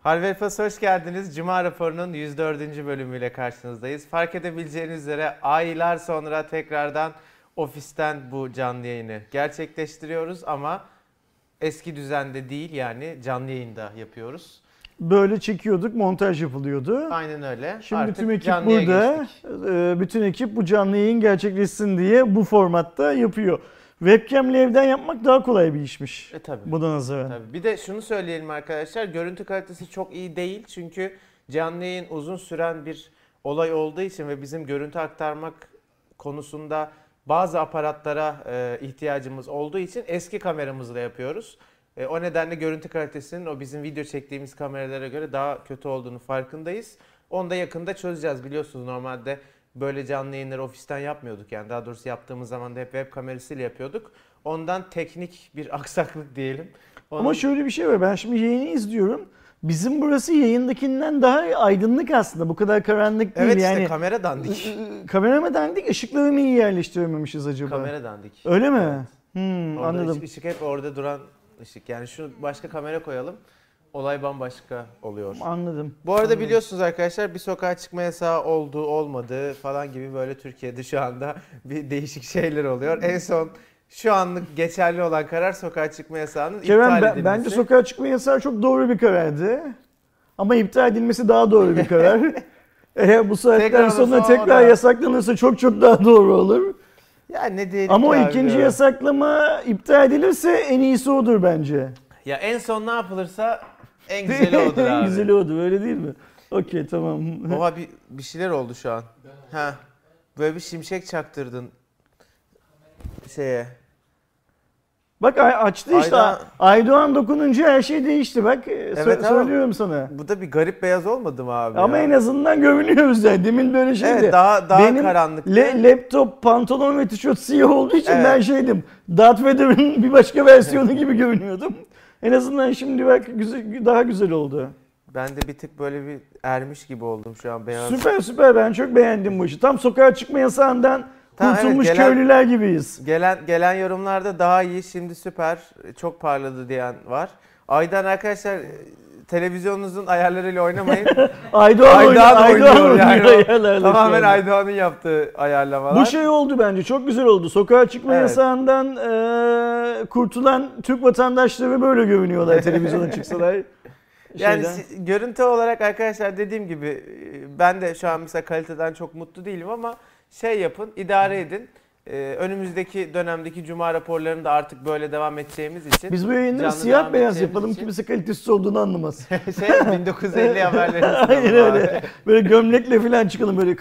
Harvard hoş geldiniz. Cuma raporunun 104. bölümüyle karşınızdayız. Fark edebileceğiniz üzere aylar sonra tekrardan ofisten bu canlı yayını gerçekleştiriyoruz ama eski düzende değil, yani canlı yayında yapıyoruz. Böyle çekiyorduk, montaj yapılıyordu. Aynen öyle. Şimdi artık tüm ekip canlıya burada. geçtik. Bütün ekip bu canlı yayın gerçekleşsin diye bu formatta yapıyor. Webcam'le evden yapmak daha kolay bir işmiş. Tabii. Buna nazaran. Tabii. Bir de şunu söyleyelim arkadaşlar. Görüntü kalitesi çok iyi değil. Çünkü canlı yayın uzun süren bir olay olduğu için ve bizim görüntü aktarmak konusunda bazı aparatlara ihtiyacımız olduğu için eski kameramızla yapıyoruz. O nedenle görüntü kalitesinin o bizim video çektiğimiz kameralara göre daha kötü olduğunu farkındayız. Onu da yakında çözeceğiz. Biliyorsunuz normalde böyle canlı yayınları ofisten yapmıyorduk. Yani daha doğrusu yaptığımız zaman da hep web kamerasıyla yapıyorduk. Ondan teknik bir aksaklık diyelim. Ama şöyle bir şey var. Ben şimdi yayını izliyorum. Bizim burası yayındakinden daha aydınlık aslında. Bu kadar karanlık değil. Evet, yani. işte kamera dandik. Kamera mı dandik? Işıkları mı iyi yerleştirememişiz acaba? Kamera dandik. Öyle mi? Evet. Anladım. Işık hep orada duran ışık. Yani şu başka kamera koyalım. Olay bambaşka oluyor. Anladım. Bu arada biliyorsunuz arkadaşlar, bir sokağa çıkma yasağı oldu olmadı falan gibi böyle Türkiye'de şu anda bir değişik şeyler oluyor. En son şu anlık geçerli olan karar sokağa çıkma yasağının iptal edilmesi. Bence sokağa çıkma yasağı çok doğru bir karardı. Ama iptal edilmesi daha doğru bir karar. Eğer bu saatten sonra tekrar yasaklanırsa çok daha doğru olur. Ya ne diyelim. Ama o ikinci yasaklama iptal edilirse en iyisi odur bence. Ya en son ne yapılırsa en güzeli odur abi. En güzeli odur, öyle değil mi? Okey, tamam. Oha, bir şeyler oldu şu an. Ha. Böyle bir şimşek çaktırdın şeye. Bak açtı işte. Aydoğan dokununca her şey değişti bak. Evet, söylüyorum sana. Bu da bir garip beyaz olmadı mı abi? Ama ya? en azından görünüyoruz yani. Demin böyle şeydi. Evet, daha benim karanlık. Laptop, pantolon ve tişört siyah olduğu için evet, ben şeydim. Darth Vader'ın bir başka versiyonu gibi görünüyordum. En azından şimdi bak daha güzel oldu. Ben de bir tık böyle bir ermiş gibi oldum şu an beyaz. Süper, ben çok beğendim bu işi. Tam sokağa çıkma yasağından kurtulmuş köylüler gibiyiz. Gelen yorumlarda daha iyi, şimdi süper, çok parladı diyen var. Aydan arkadaşlar, televizyonunuzun ayarlarıyla oynamayın. Aydoğan oynuyor yani. Tamamen Aydoğan'ın yaptığı ayarlamalar. Bu şey oldu bence, çok güzel oldu. Sokağa çıkma yasağından kurtulan Türk vatandaşları böyle görünüyorlar televizyona çıksalar. Yani görüntü olarak arkadaşlar, dediğim gibi ben de şu an mesela kaliteden çok mutlu değilim ama şey yapın, idare edin. Önümüzdeki dönemdeki cuma raporlarını da artık böyle devam edeceğimiz için. Biz bu yayınları siyah beyaz yapalım, kimse kalitesiz olduğunu anlamaz. 1950 haberleri. Aynen öyle. Böyle gömlekle falan çıkalım, böyle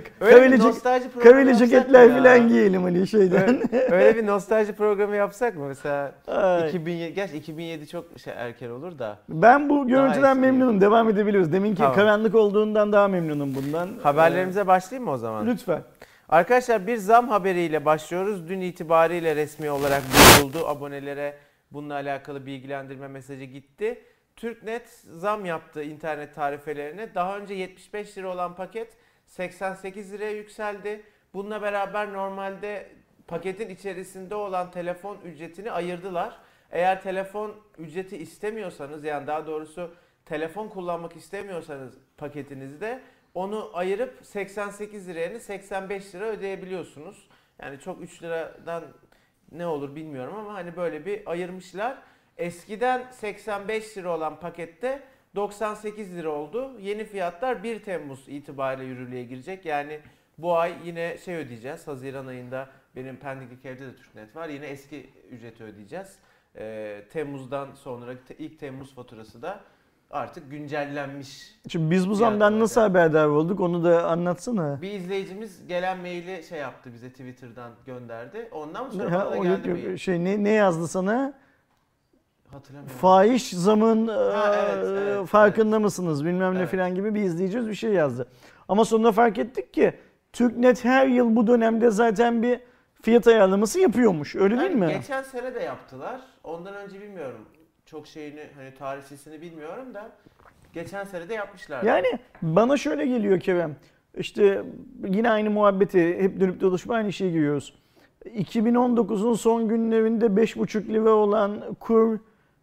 kaveli ceketler falan giyelim hani şeyden. Öyle bir nostalji programı yapsak mı mesela? 2007, gerçi 2007 çok erken olur da. Ben bu görüntüden memnunum. Devam edebiliyoruz. Deminki karanlık olduğundan daha memnunum bundan. Haberlerimize başlayayım mı o zaman? Lütfen. Arkadaşlar, bir zam haberiyle başlıyoruz. Dün itibariyle resmi olarak duyuruldu. Abonelere bununla alakalı bilgilendirme mesajı gitti. Türknet zam yaptı internet tarifelerine. Daha önce 75 lira olan paket 88 liraya yükseldi. Bununla beraber normalde paketin içerisinde olan telefon ücretini ayırdılar. Eğer telefon ücreti istemiyorsanız, yani daha doğrusu telefon kullanmak istemiyorsanız paketinizde, onu ayırıp 88 liraya yerine 85 lira ödeyebiliyorsunuz. Yani çok 3 liradan ne olur bilmiyorum ama hani böyle bir ayırmışlar. Eskiden 85 lira olan pakette 98 lira oldu. Yeni fiyatlar 1 Temmuz itibariyle yürürlüğe girecek. Yani bu ay yine ödeyeceğiz. Haziran ayında benim Pendik'teki evde de Türknet var. Yine eski ücreti ödeyeceğiz. Temmuz'dan sonra ilk Temmuz faturası da artık güncellenmiş. Şimdi biz bu zamdan nasıl haberdar olduk, onu da anlatsana. Bir izleyicimiz gelen maili yaptı, bize Twitter'dan gönderdi. Ondan sonra bana da geldi mail. Ne yazdı sana? Hatırlamıyorum. Fahiş zamın farkında evet. mısınız bilmem ne falan gibi bir izleyicimiz bir şey yazdı. Ama sonra fark ettik ki Türknet her yıl bu dönemde zaten bir fiyat ayarlaması yapıyormuş. Öyle değil mi? Geçen sene de yaptılar. Ondan önce bilmiyorum. Çok tarihçesini bilmiyorum da geçen sene de yapmışlar. Yani bana şöyle geliyor Kerem. İşte yine aynı muhabbeti, hep dönüp dolaşıp aynı şeye giriyoruz. 2019'un son günlerinde 5,5 lira olan kur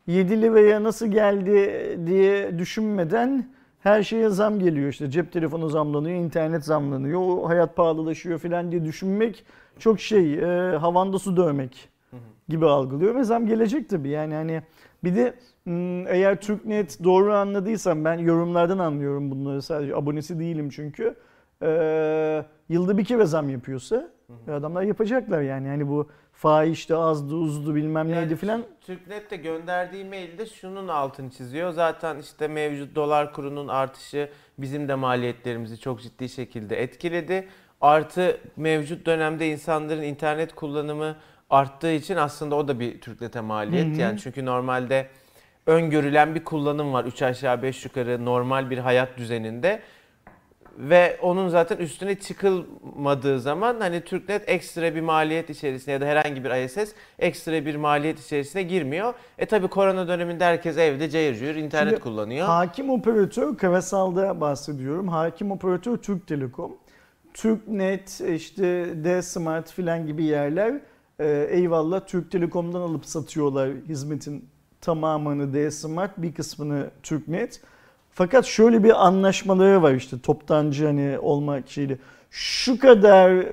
7 liraya nasıl geldi diye düşünmeden her şeye zam geliyor. İşte cep telefonu zamlanıyor, internet zamlanıyor, o hayat pahalılaşıyor falan diye düşünmek çok havanda su dövmek gibi algılıyor ve zam gelecek tabii. Yani hani bir de eğer TürkNet doğru anladıysam, ben yorumlardan anlıyorum bunları, sadece abonesi değilim çünkü. Yılda bir kere zam yapıyorsa adamlar yapacaklar yani. Hani bu fahişti, azdı, uzdu bilmem Yani neydi filan. TürkNet de gönderdiği mailde şunun altını çiziyor. Zaten işte mevcut dolar kurunun artışı bizim de maliyetlerimizi çok ciddi şekilde etkiledi. Artı mevcut dönemde insanların internet kullanımı arttığı için aslında o da bir TürkNet'e maliyet. Yani çünkü normalde öngörülen bir kullanım var 3 aşağı 5 yukarı normal bir hayat düzeninde. Ve onun zaten üstüne çıkılmadığı zaman hani TürkNet ekstra bir maliyet içerisine ya da herhangi bir ISS ekstra bir maliyet içerisine girmiyor. Tabi korona döneminde herkes evde cayır cayır internet Şimdi, kullanıyor. Hakim operatör, Karasal'da bahsediyorum. Hakim operatör Türk Telekom. TürkNet, işte D-Smart filan gibi yerler eyvallah Türk Telekom'dan alıp satıyorlar hizmetin tamamını D-Smart, bir kısmını TürkNet. Fakat şöyle bir anlaşmaları var, işte toptancı hani olmak şeyle. Şu kadar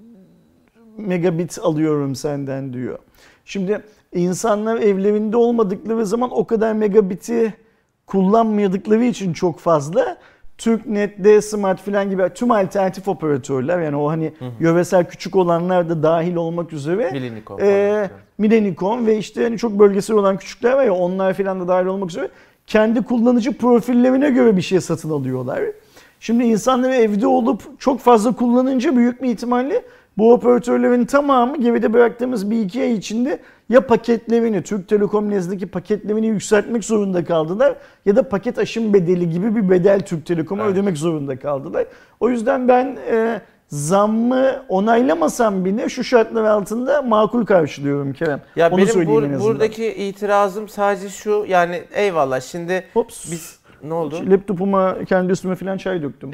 megabit alıyorum senden diyor. Şimdi insanlar evlerinde olmadıkları zaman o kadar megabiti kullanmadıkları için çok fazla TürkNet, D-Smart filan gibi tüm alternatif operatörler, yani o hani yöresel küçük olanlar da dahil olmak üzere Millennium ve işte hani çok bölgesel olan küçükler var ya, onlar filan da dahil olmak üzere kendi kullanıcı profillerine göre bir şey satın alıyorlar. Şimdi insanlar evde olup çok fazla kullanınca büyük bir ihtimalle bu operatörlerin tamamı geride bıraktığımız bir iki ay içinde ya paketlerini, Türk Telekom nezdindeki paketlerini yükseltmek zorunda kaldılar ya da paket aşım bedeli gibi bir bedel Türk Telekom'a ödemek zorunda kaldılar. O yüzden ben zammı onaylamasam bile şu şartlar altında makul karşılıyorum Kerem. Ya onu benim buradaki itirazım sadece şu, yani eyvallah şimdi biz ne oldu? Laptopuma kendi üstüme falan çay döktüm.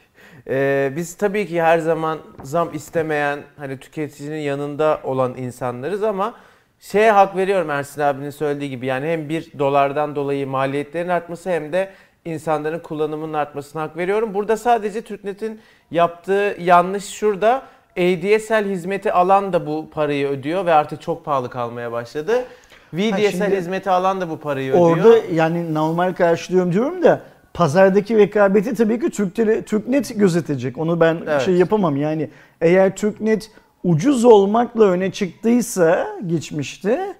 Biz tabii ki her zaman zam istemeyen, hani tüketicinin yanında olan insanlarız ama şeye hak veriyorum Ersin abinin söylediği gibi, yani hem bir dolardan dolayı maliyetlerin artması hem de insanların kullanımının artmasına hak veriyorum. Burada sadece TürkNet'in yaptığı yanlış şurada, ADSL hizmeti alan da bu parayı ödüyor ve artık çok pahalı kalmaya başladı. VDSL hizmeti alan da bu parayı ödüyor. Orada yani normal karşılıyorum diyorum da pazardaki rekabeti tabii ki TürkNet gözetecek. Onu ben yapamam. Yani eğer TürkNet ucuz olmakla öne çıktıysa geçmişte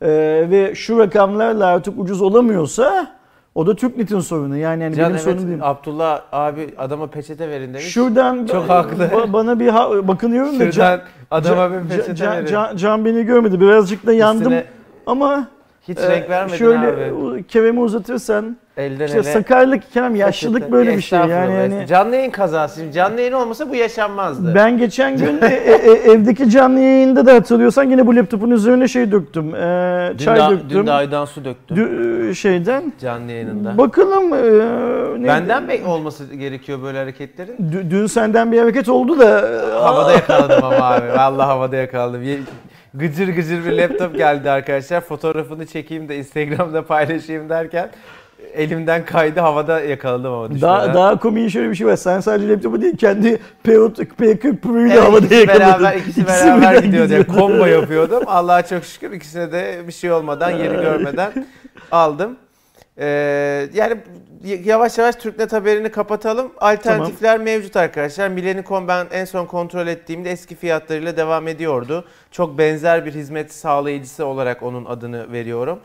ve şu rakamlarla artık ucuz olamıyorsa o da TürkNet'in sorunu. Yani benim sorunum değil. Abdullah abi adama peçete verin demiş. Şuradan çok haklı. Bana bir bakınıyorum da şuradan adama bir peçete verin. Can beni görmedi. Birazcık da yandım ama hiç renk vermedin şöyle abi. Kerem'i uzatırsan elden işte ele. sakarlık Kerem, yaşlılık böyle bir şey yani. Canlı yayın kazası. Şimdi canlı yayın olmasa bu yaşanmazdı. Ben geçen gün evdeki canlı yayında da hatırlıyorsan yine bu laptopun üzerine döktüm. Çay döktüm. Dün de aydan su döktüm. Şeyden. Canlı yayınında. Bakalım. Benden mi olması gerekiyor böyle hareketlerin? Dün senden bir hareket oldu da. Havada yakaladım ama abi. Vallahi havada yakaladım. Gıcır gıcır bir laptop geldi arkadaşlar. Fotoğrafını çekeyim de Instagram'da paylaşayım derken elimden kaydı, havada yakaladım ama düşmeden. Daha komik şöyle bir şey var. Sen sadece laptopu değil, kendi P40 Pro'yu da havada yakaladın. İkisi beraber gidiyordu. Yani combo yapıyordum. Allah'a çok şükür ikisine de bir şey olmadan, yeri görmeden aldım. Yani yavaş yavaş TürkNet haberini kapatalım. Alternatifler mevcut arkadaşlar. Millennium ben en son kontrol ettiğimde eski fiyatlarıyla devam ediyordu. Çok benzer bir hizmet sağlayıcısı olarak onun adını veriyorum.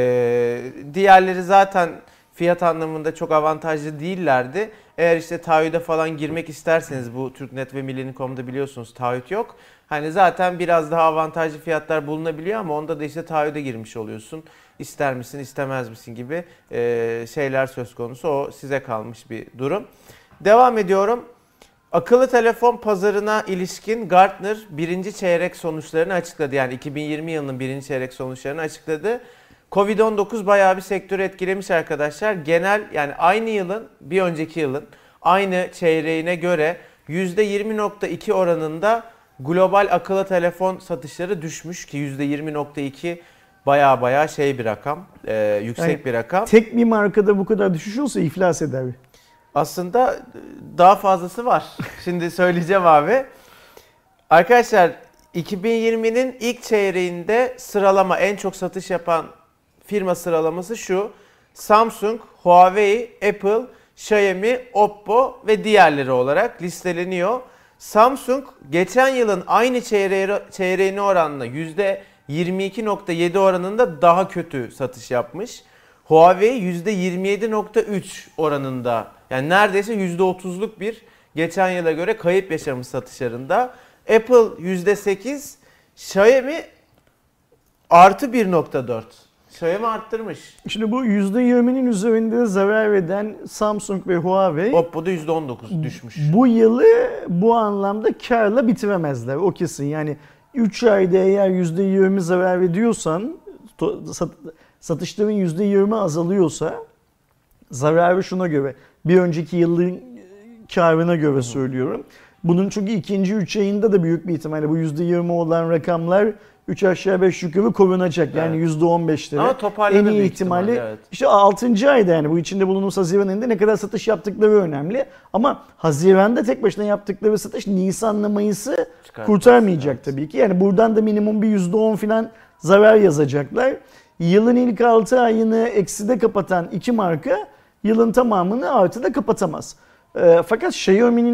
Diğerleri zaten fiyat anlamında çok avantajlı değillerdi. Eğer işte taahhüde falan girmek isterseniz, bu TürkNet ve Millennium'da biliyorsunuz taahhüt yok. Hani zaten biraz daha avantajlı fiyatlar bulunabiliyor ama onda da işte taahhüde girmiş oluyorsun. İster misin, istemez misin gibi şeyler söz konusu. O size kalmış bir durum. Devam ediyorum. Akıllı telefon pazarına ilişkin Gartner birinci çeyrek sonuçlarını açıkladı. Yani 2020 yılının birinci çeyrek sonuçlarını açıkladı. Covid-19 bayağı bir sektörü etkilemiş arkadaşlar. Genel, yani aynı yılın, bir önceki yılın aynı çeyreğine göre %20.2 oranında global akıllı telefon satışları düşmüş ki %20.2 baya şey bir rakam, yüksek Yani bir rakam. Tek bir markada bu kadar düşüş olsa iflas eder. Aslında daha fazlası var. Şimdi söyleyeceğim abi. Arkadaşlar 2020'nin ilk çeyreğinde sıralama en çok satış yapan firma sıralaması şu. Samsung, Huawei, Apple, Xiaomi, Oppo ve diğerleri olarak listeleniyor. Samsung geçen yılın aynı çeyreğine oranla %22.7 oranında daha kötü satış yapmış. Huawei %27.3 oranında, yani neredeyse %30'luk bir geçen yıla göre kayıp yaşamış satışlarında. Apple %8, Xiaomi artı 1.4. Xiaomi arttırmış. Şimdi bu %20'nin üzerinde zarar eden Samsung ve Huawei Oppo'da %19 düşmüş. bu yılı bu anlamda karla bitiremezler. O kesin. Yani 3 ayda eğer %20 zarar ediyorsan, satışların %20 azalıyorsa, zararı şuna göre, bir önceki yılın karına göre söylüyorum. Bunun çünkü ikinci 3 ayında da büyük bir ihtimalle bu %20 olan rakamlar 3 aşağı 5 yukarı korunacak. Yani %15'leri. Ama toparlanır en iyi büyük ihtimalle evet. işte 6. ayda, yani bu içinde bulunduğumuz Haziran ayında ne kadar satış yaptıkları önemli. Ama Haziran'da tek başına yaptıkları satış Nisan'la Mayıs'ı kurtarmayacak evet. Tabii ki. Yani buradan da minimum bir %10 falan zarar yazacaklar. Yılın ilk 6 ayını ekside kapatan iki marka yılın tamamını artıda kapatamaz. Fakat Xiaomi'nin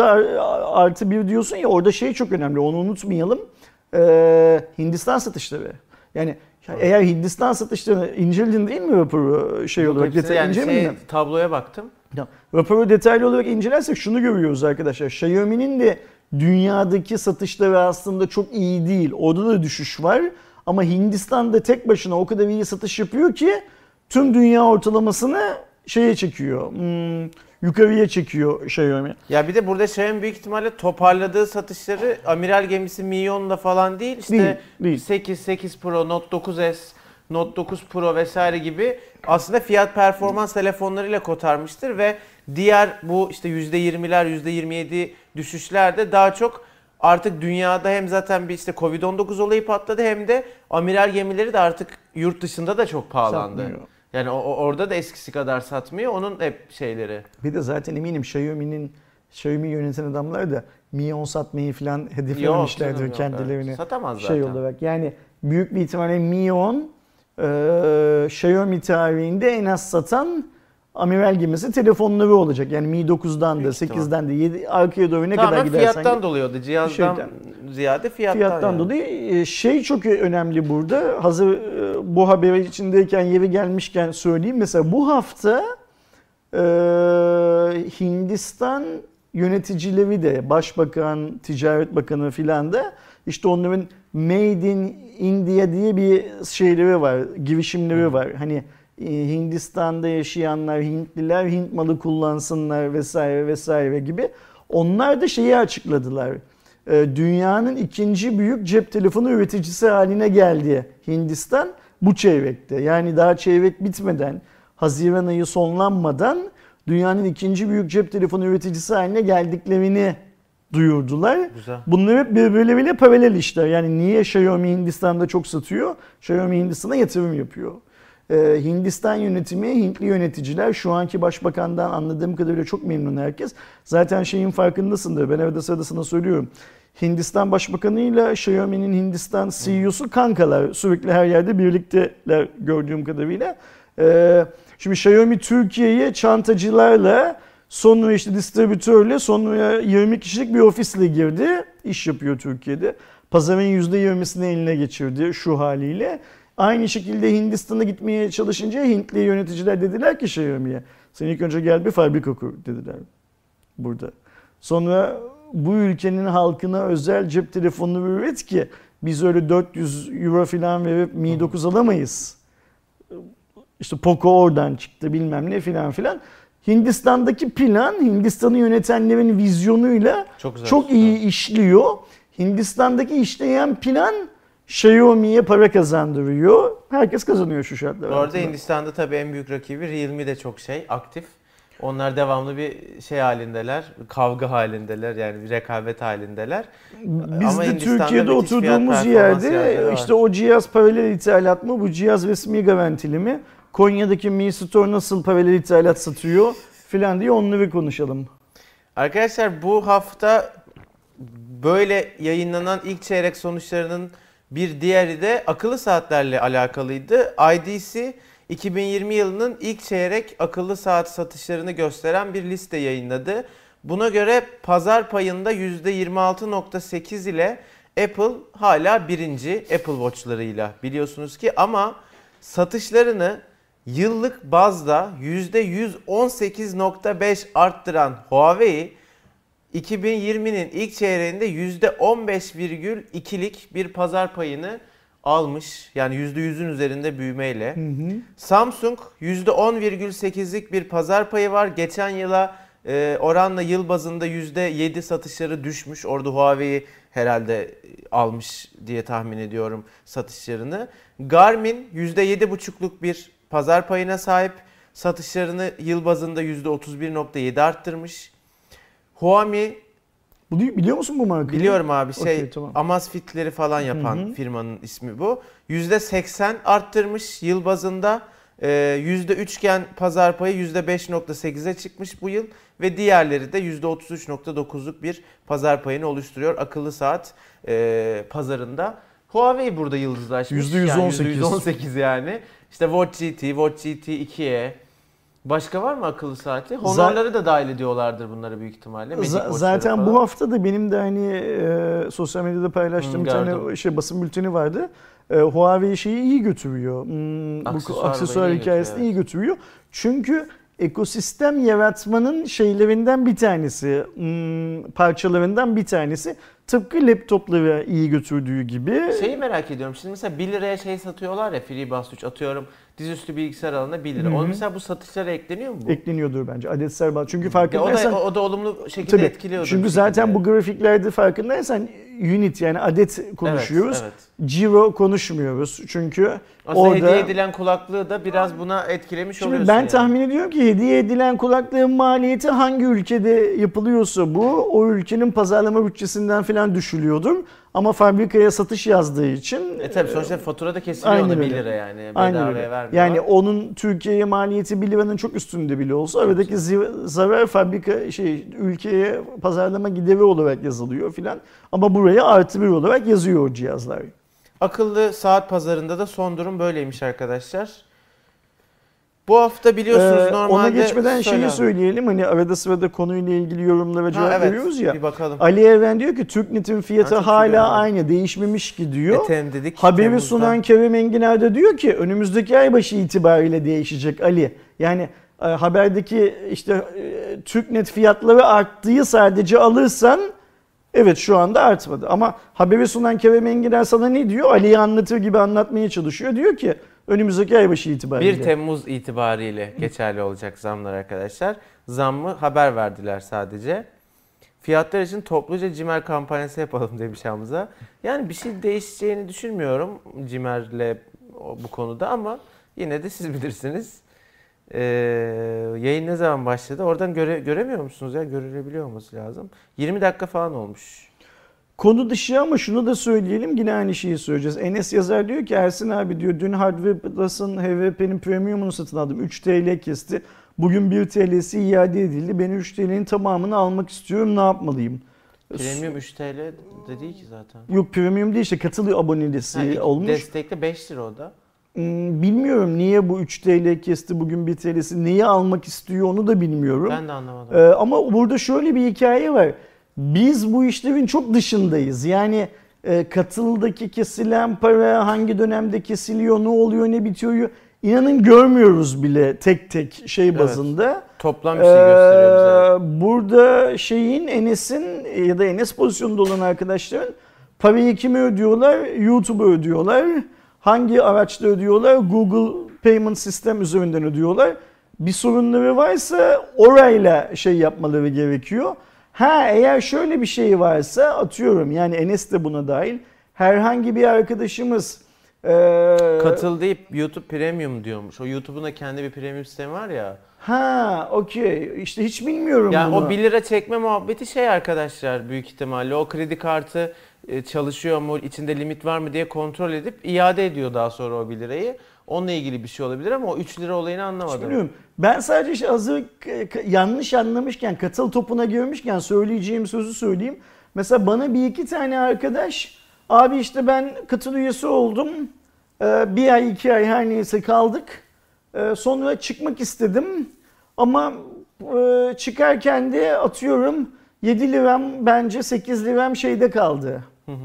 %+1 diyorsun ya, orada şey çok önemli, onu unutmayalım. Hindistan satışları. Yani eğer Hindistan satışlarını inceledin değil mi raporu olarak detaylı tabloya baktım. Raporu detaylı olarak incelersek şunu görüyoruz arkadaşlar. Xiaomi'nin de dünyadaki satışları aslında çok iyi değil. Orada da düşüş var. Ama Hindistan'da tek başına o kadar iyi satış yapıyor ki tüm dünya ortalamasını çekiyor. Yukarıya çekiyor Xiaomi. Ya bir de burada Xiaomi büyük ihtimalle toparladığı satışları amiral gemisi Mion'la falan değil. İşte değil. 8 Pro, Note 9S, Note 9 Pro vesaire gibi aslında fiyat performans telefonlarıyla kotarmıştır ve diğer bu işte %20'ler, %27 düşüşlerde daha çok artık dünyada hem zaten bir işte Covid-19 olayı patladı hem de amiral gemileri de artık yurt dışında da çok pahalandı. Satmıyor. Yani orada da eskisi kadar satmıyor. Onun hep şeyleri. Bir de zaten eminim Xiaomi yöneten adamlar da Mion satmayı falan hedeflememişlerdir kendilerini. Satamaz zaten. Olarak. Yani büyük bir ihtimalle Mion Xiaomi tarihinde en az satan amiral gemisi telefonları olacak. Yani Mi 9'dan da 8'den de 7 arkaya doğru ne kadar gidersen. Fiyattan dolayı cihazdan ziyade fiyattan yani. Dolayı çok önemli burada. Hazır bu haber içindeyken yeri gelmişken söyleyeyim. Mesela bu hafta Hindistan yöneticileri de Başbakan, Ticaret Bakanı filan da işte onların Made in India diye bir şeyleri var, girişimleri var. Hani Hindistan'da yaşayanlar, Hintliler Hint malı kullansınlar vesaire vesaire gibi. Onlar da şeyi açıkladılar. Dünyanın ikinci büyük cep telefonu üreticisi haline geldi Hindistan bu çeyrekte. Yani daha çeyrek bitmeden, Haziran ayı sonlanmadan dünyanın ikinci büyük cep telefonu üreticisi haline geldiklerini duyurdular. Güzel. Bunlar hep birbirleriyle paralel işler. Yani niye Xiaomi Hindistan'da çok satıyor? Xiaomi Hindistan'a yatırım yapıyor. Hindistan yönetimi, Hintli yöneticiler, şu anki başbakandan anladığım kadarıyla çok memnun herkes. Zaten şeyin farkındasındır. Ben arada sırada sana söylüyorum. Hindistan başbakanıyla Xiaomi'nin Hindistan CEO'su kankalar. Sürekli her yerde birlikteler gördüğüm kadarıyla. Şimdi Xiaomi Türkiye'ye çantacılarla, sonra işte distribütörle, sonra 20 kişilik bir ofisle girdi. İş yapıyor Türkiye'de. Pazarın %20'sini eline geçirdi şu haliyle. Aynı şekilde Hindistan'a gitmeye çalışınca Hintli yöneticiler dediler ki Xiaomi'ye, sen ilk önce gel bir fabrika kur dediler burada. Sonra bu ülkenin halkına özel cep telefonunu üret ki biz öyle 400 euro falan verip Mi 9 alamayız. İşte Poco oradan çıktı bilmem ne filan. Hindistan'daki plan Hindistan'ı yönetenlerin vizyonuyla çok iyi işliyor. Hindistan'daki işleyen plan Xiaomi'ye para kazandırıyor. Herkes kazanıyor şu şartlar. Bu arada Hindistan'da tabii en büyük rakibi Realme de çok aktif. Onlar devamlı bir şey halindeler, kavga halindeler, yani bir rekabet halindeler. Biz Ama de Hindistan'da Türkiye'de müthiş fiyat oturduğumuz performans yerde yerleri var. işte o cihaz paralel ithalat mı, bu cihaz resmi garantili mi, Konya'daki Mi Store nasıl paralel ithalat satıyor filan diye onları konuşalım. Arkadaşlar bu hafta böyle yayınlanan ilk çeyrek sonuçlarının bir diğeri de akıllı saatlerle alakalıydı. IDC 2020 yılının ilk çeyrek akıllı saat satışlarını gösteren bir liste yayınladı. Buna göre pazar payında %26.8 ile Apple hala birinci Apple Watch'larıyla biliyorsunuz ki, ama satışlarını yıllık bazda %118.5 arttıran Huawei 2020'nin ilk çeyreğinde %15,2'lik bir pazar payını almış. Yani %100'ün üzerinde büyümeyle. Samsung %10,8'lik bir pazar payı var. Geçen yıla oranla yıl bazında %7 satışları düşmüş. Orada Huawei herhalde almış diye tahmin ediyorum satışlarını. Garmin %7,5'luk bir pazar payına sahip. Satışlarını yıl bazında %31,7 arttırmış. Huami, Biliyor musun bu markayı? biliyorum abi, Okey, tamam. Amazfit'leri falan yapan firmanın ismi bu. %80 arttırmış yıl bazında. %3'gen pazar payı %5,8'e çıkmış bu yıl ve diğerleri de %33,9'luk bir pazar payını oluşturuyor akıllı saat pazarında. Huawei burada yıldızlaşmış. %118. Yani %118 yani. İşte Watch GT, Watch GT 2'ye. Başka var mı akıllı saati? Honor'ları da dahil ediyorlardır bunları büyük ihtimalle. Zaten falan. bu hafta da benim de hani sosyal medyada paylaştığım bir tane basın bülteni vardı. Huawei şeyi iyi götürüyor. Bu aksesuar hikayesini iyi götürüyor. Çünkü ekosistem yaratmanın şeylerinden bir tanesi, parçalarından bir tanesi. Tıpkı laptopları iyi götürdüğü gibi. Şeyi merak ediyorum. Şimdi mesela 1 liraya şey satıyorlar ya, FreeBuds 3 atıyorum. Dizüstü bilgisayar alanına 1 lira. Onu mesela bu satışlara ekleniyor mu bu? Ekleniyordur bence. Adetsel bazı. Çünkü farkındaysan... O da olumlu şekilde etkiliyordur. Çünkü zaten bu grafiklerde farkındaysan unit, yani adet konuşuyoruz. Evet. Ciro konuşmuyoruz. Çünkü aslında orada... hediye edilen kulaklığı da biraz buna etkilemiş oluyorsun. Ben yani tahmin ediyorum ki hediye edilen kulaklığın maliyeti hangi ülkede yapılıyorsa o ülkenin pazarlama bütçesinden falan düşülüyordur. Ama fabrikaya satış yazdığı için... tabii sonuçta fatura da kesiliyor ona 1 lira yani. Bedavaya vermiyor. Yani onun Türkiye'ye maliyeti 1 liranın çok üstünde bile olsa aradaki zarar fabrika ülkeye pazarlama gideri olarak yazılıyor filan. Ama buraya artı 1 olarak yazıyor o cihazlar. Akıllı saat pazarında da son durum böyleymiş arkadaşlar. Bu hafta biliyorsunuz normalde... Ona geçmeden şeyi söyleyelim. Hani arada sırada konuyla ilgili yorumlara cevap veriyoruz ya. Bir bakalım. Ali Evren diyor ki Türknet'in fiyatı hala aynı, değişmemiş ki diyor. Dedik, haberi Temmuz'da sunan Kerem Enginer de diyor ki önümüzdeki ay başı itibariyle değişecek Ali. Yani haberdeki işte Türknet fiyatları arttığı sadece alırsan evet şu anda artmadı. Ama haberi sunan Kerem Enginer sana ne diyor? Ali'yi anlatır gibi anlatmaya çalışıyor. Diyor ki önümüzdeki ay başı itibariyle. 1 Temmuz itibariyle geçerli olacak zamlar arkadaşlar. Zammı haber verdiler sadece. Fiyatlar için topluca Cimer kampanyası yapalım demiş Hamza. Yani bir şey değişeceğini düşünmüyorum Cimer'le bu konuda, ama yine de siz bilirsiniz. Yayın ne zaman başladı? Oradan göremiyor musunuz ya? Görülebiliyor olması lazım. 20 dakika falan olmuş. Konu dışı ama şunu da söyleyelim, yine aynı şeyi söyleyeceğiz. Enes yazar diyor ki Ersin abi diyor dün Hardware Plus'ın HVP'nin premiumunu satın aldım. 3 TL kesti. Bugün 1 TL'si iade edildi. Ben 3 TL'nin tamamını almak istiyorum. Ne yapmalıyım? Premium 3 TL de değil ki zaten. Yok premium değil, işte katılıyor abonelisi olmuş. Destekle 5 lira o da. Bilmiyorum niye bu 3 TL kesti, bugün 1 TL'si neyi almak istiyor onu da bilmiyorum. Ben de anlamadım. Ama burada şöyle bir hikaye var. Biz bu işlerin çok dışındayız. Yani katıldaki kesilen para hangi dönemde kesiliyor, ne oluyor, ne bitiyor, İnanın görmüyoruz bile tek tek bazında. Toplam bir şey gösteriyor bize. Burada Enes'in ya da Enes pozisyonunda olan arkadaşların parayı kime ödüyorlar? YouTube'a ödüyorlar. Hangi araçta ödüyorlar? Google Payment System üzerinden ödüyorlar. Bir sorunları varsa orayla yapmaları gerekiyor. Eğer şöyle bir şey varsa, atıyorum yani Enes de buna dahil, herhangi bir arkadaşımız Katıl deyip YouTube Premium diyormuş. O YouTube'un da kendi bir premium sistemi var ya. Ha, okey. İşte hiç bilmiyorum Yani bunu. o 1 lira çekme muhabbeti şey arkadaşlar, büyük ihtimalle o kredi kartı çalışıyor mu, içinde limit var mı diye kontrol edip iade ediyor daha sonra o 1 lirayı. Onunla ilgili bir şey olabilir ama o 3 lira olayını anlamadım. Bilmiyorum. Ben sadece işte hazır yanlış anlamışken, katıl topuna girmişken söyleyeceğim sözü söyleyeyim. Mesela bana bir iki tane arkadaş, abi işte ben katıl üyesi oldum. Bir ay, 2 ay her neyse kaldık. Sonra çıkmak istedim. Ama çıkarken de atıyorum 7 liram bence 8 liram şeyde kaldı.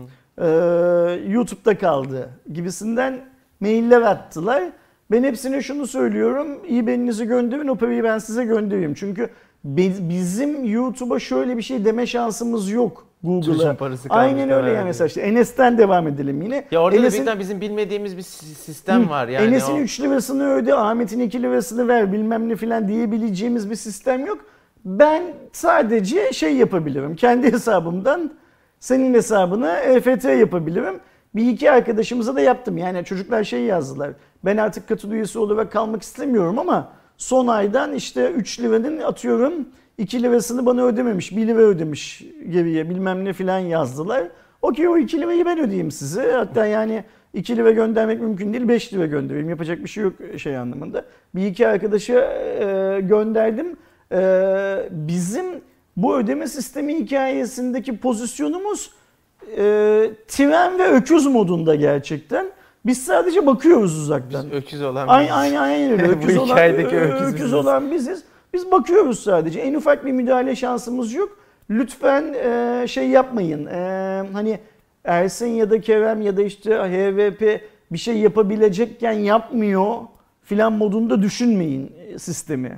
YouTube'da kaldı gibisinden mailler attılar. Ben hepsine şunu söylüyorum. İBAN'inizi gönderin, o parayı ben size göndereyim. Çünkü bizim YouTube'a şöyle bir şey deme şansımız yok. Google'a. Aynen öyle yani, mesela işte Enes'ten devam edelim yine. Ya orada da bizim bilmediğimiz bir sistem var. Yani Enes'in 3 lirasını öde, Ahmet'in 2 lirasını ver bilmem ne filan diyebileceğimiz bir sistem yok. Ben sadece şey yapabilirim. Kendi hesabımdan senin hesabına EFT yapabilirim. Bir iki arkadaşımıza da yaptım. Yani çocuklar şey yazdılar. Ben artık katıl üyesi olarak kalmak istemiyorum ama son aydan işte 3 liranın atıyorum 2 lirasını bana ödememiş, 1 lira ödemiş geriye bilmem ne filan yazdılar. Okey, o 2 lirayı ben ödeyeyim size. Hatta yani 2 lira göndermek mümkün değil, 5 lira göndereyim. Yapacak bir şey yok şey anlamında. Bir iki arkadaşa gönderdim. Bizim bu ödeme sistemi hikayesindeki pozisyonumuz tren ve öküz modunda gerçekten. Biz sadece bakıyoruz uzaktan. Biz öküz olan biziz. Aynen öyle. Öküz olan biziz. Biz bakıyoruz sadece. En ufak bir müdahale şansımız yok. Lütfen şey yapmayın. Hani Ersin ya da Kerem ya da işte HVP bir şey yapabilecekken yapmıyor filan modunda düşünmeyin sistemi.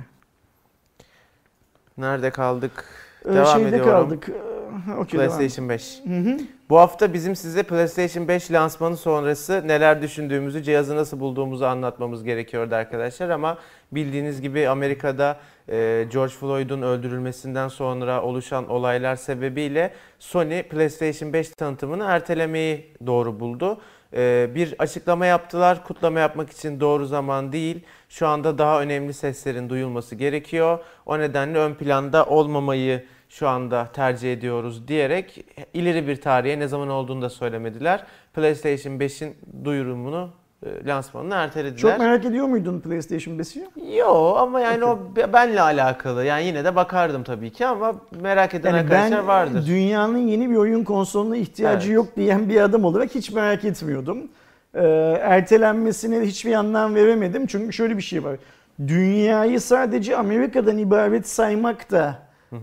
Nerede kaldık? Devam ediyorum. Kaldık. Okay, PlayStation 5. Bu hafta bizim size PlayStation 5 lansmanı sonrası neler düşündüğümüzü, cihazı nasıl bulduğumuzu anlatmamız gerekiyordu arkadaşlar. Ama bildiğiniz gibi Amerika'da George Floyd'un öldürülmesinden sonra oluşan olaylar sebebiyle Sony PlayStation 5 tanıtımını ertelemeyi doğru buldu. Bir açıklama yaptılar. Kutlama yapmak için doğru zaman değil. Şu anda daha önemli seslerin duyulması gerekiyor. O nedenle ön planda olmamayı şu anda tercih ediyoruz diyerek ileri bir tarihe, ne zaman olduğunu da söylemediler, PlayStation 5'in duyurumunu, lansmanını ertelediler. Çok merak ediyor muydun PlayStation 5'i? Yo, ama yani o benle alakalı. Yani yine de bakardım tabii ki ama merak eden arkadaşlar vardır. Dünyanın yeni bir oyun konsoluna ihtiyacı yok diyen bir adam olarak hiç merak etmiyordum. Ertelenmesine hiçbir anlam veremedim. Çünkü şöyle bir şey var. Dünyayı sadece Amerika'dan ibaret saymak da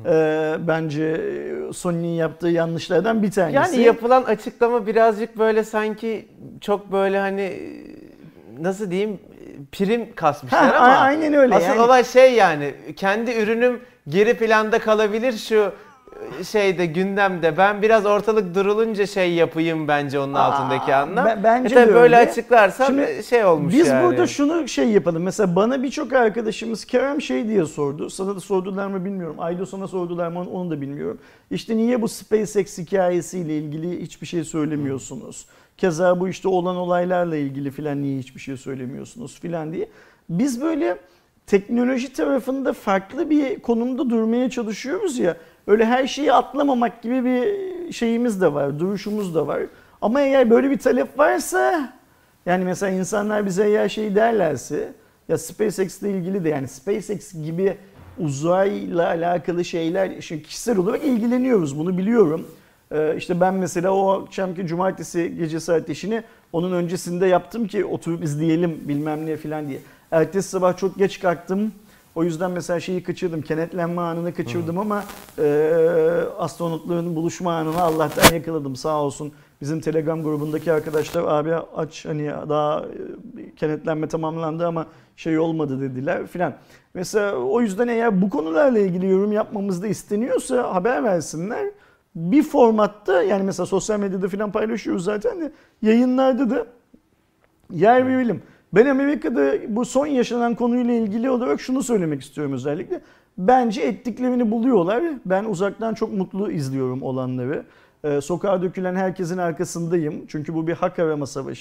bence Sony'nin yaptığı yanlışlardan bir tanesi. Yani yapılan açıklama birazcık böyle sanki çok böyle hani nasıl diyeyim, prim kasmışlar ama aynen öyle. Asıl olay şey, yani kendi ürünüm geri planda kalabilir şu şeyde, gündemde. Ben biraz ortalık durulunca şey yapayım bence onun altındaki anlam. Bence de böyle öyle. açıklarsam Şimdi şey olmuş biz yani. Biz burada şunu şey yapalım. Mesela bana birçok arkadaşımız Kerem şey diye sordu. Sana da sordular mı bilmiyorum. Aydo sana sordular mı onu da bilmiyorum. İşte niye bu SpaceX hikayesiyle ilgili hiçbir şey söylemiyorsunuz? Keza bu işte olan olaylarla ilgili filan niye hiçbir şey söylemiyorsunuz filan diye. Biz böyle teknoloji tarafında farklı bir konumda durmaya çalışıyoruz ya. Öyle her şeyi atlamamak gibi bir şeyimiz de var, duruşumuz da var. Ama eğer böyle bir talep varsa, yani mesela insanlar bize eğer şey derlerse, ya SpaceX ile ilgili de, yani SpaceX gibi uzayla alakalı şeyler, şimdi kişisel olarak ilgileniyoruz, bunu biliyorum. İşte ben mesela o akşamki cumartesi gecesi ateşini onun öncesinde yaptım ki oturup izleyelim bilmem ne falan diye. Ertesi sabah çok geç kalktım. O yüzden mesela şeyi kaçırdım, kenetlenme anını kaçırdım ama astronotların buluşma anını Allah'tan yakaladım, sağ olsun. Bizim Telegram grubundaki arkadaşlar abi aç hani daha kenetlenme tamamlandı ama şey olmadı dediler filan. Mesela o yüzden eğer bu konularla ilgili yorum yapmamız da isteniyorsa haber versinler. Bir formatta, yani mesela sosyal medyada filan paylaşıyoruz zaten de, yayınlarda da yer verelim. Ben Amerika'da bu son yaşanan konuyla ilgili olarak şunu söylemek istiyorum özellikle. Bence ettiklerini buluyorlar. Ben uzaktan çok mutlu izliyorum olanları. Sokağa dökülen herkesin arkasındayım. Çünkü bu bir hak arama savaşı.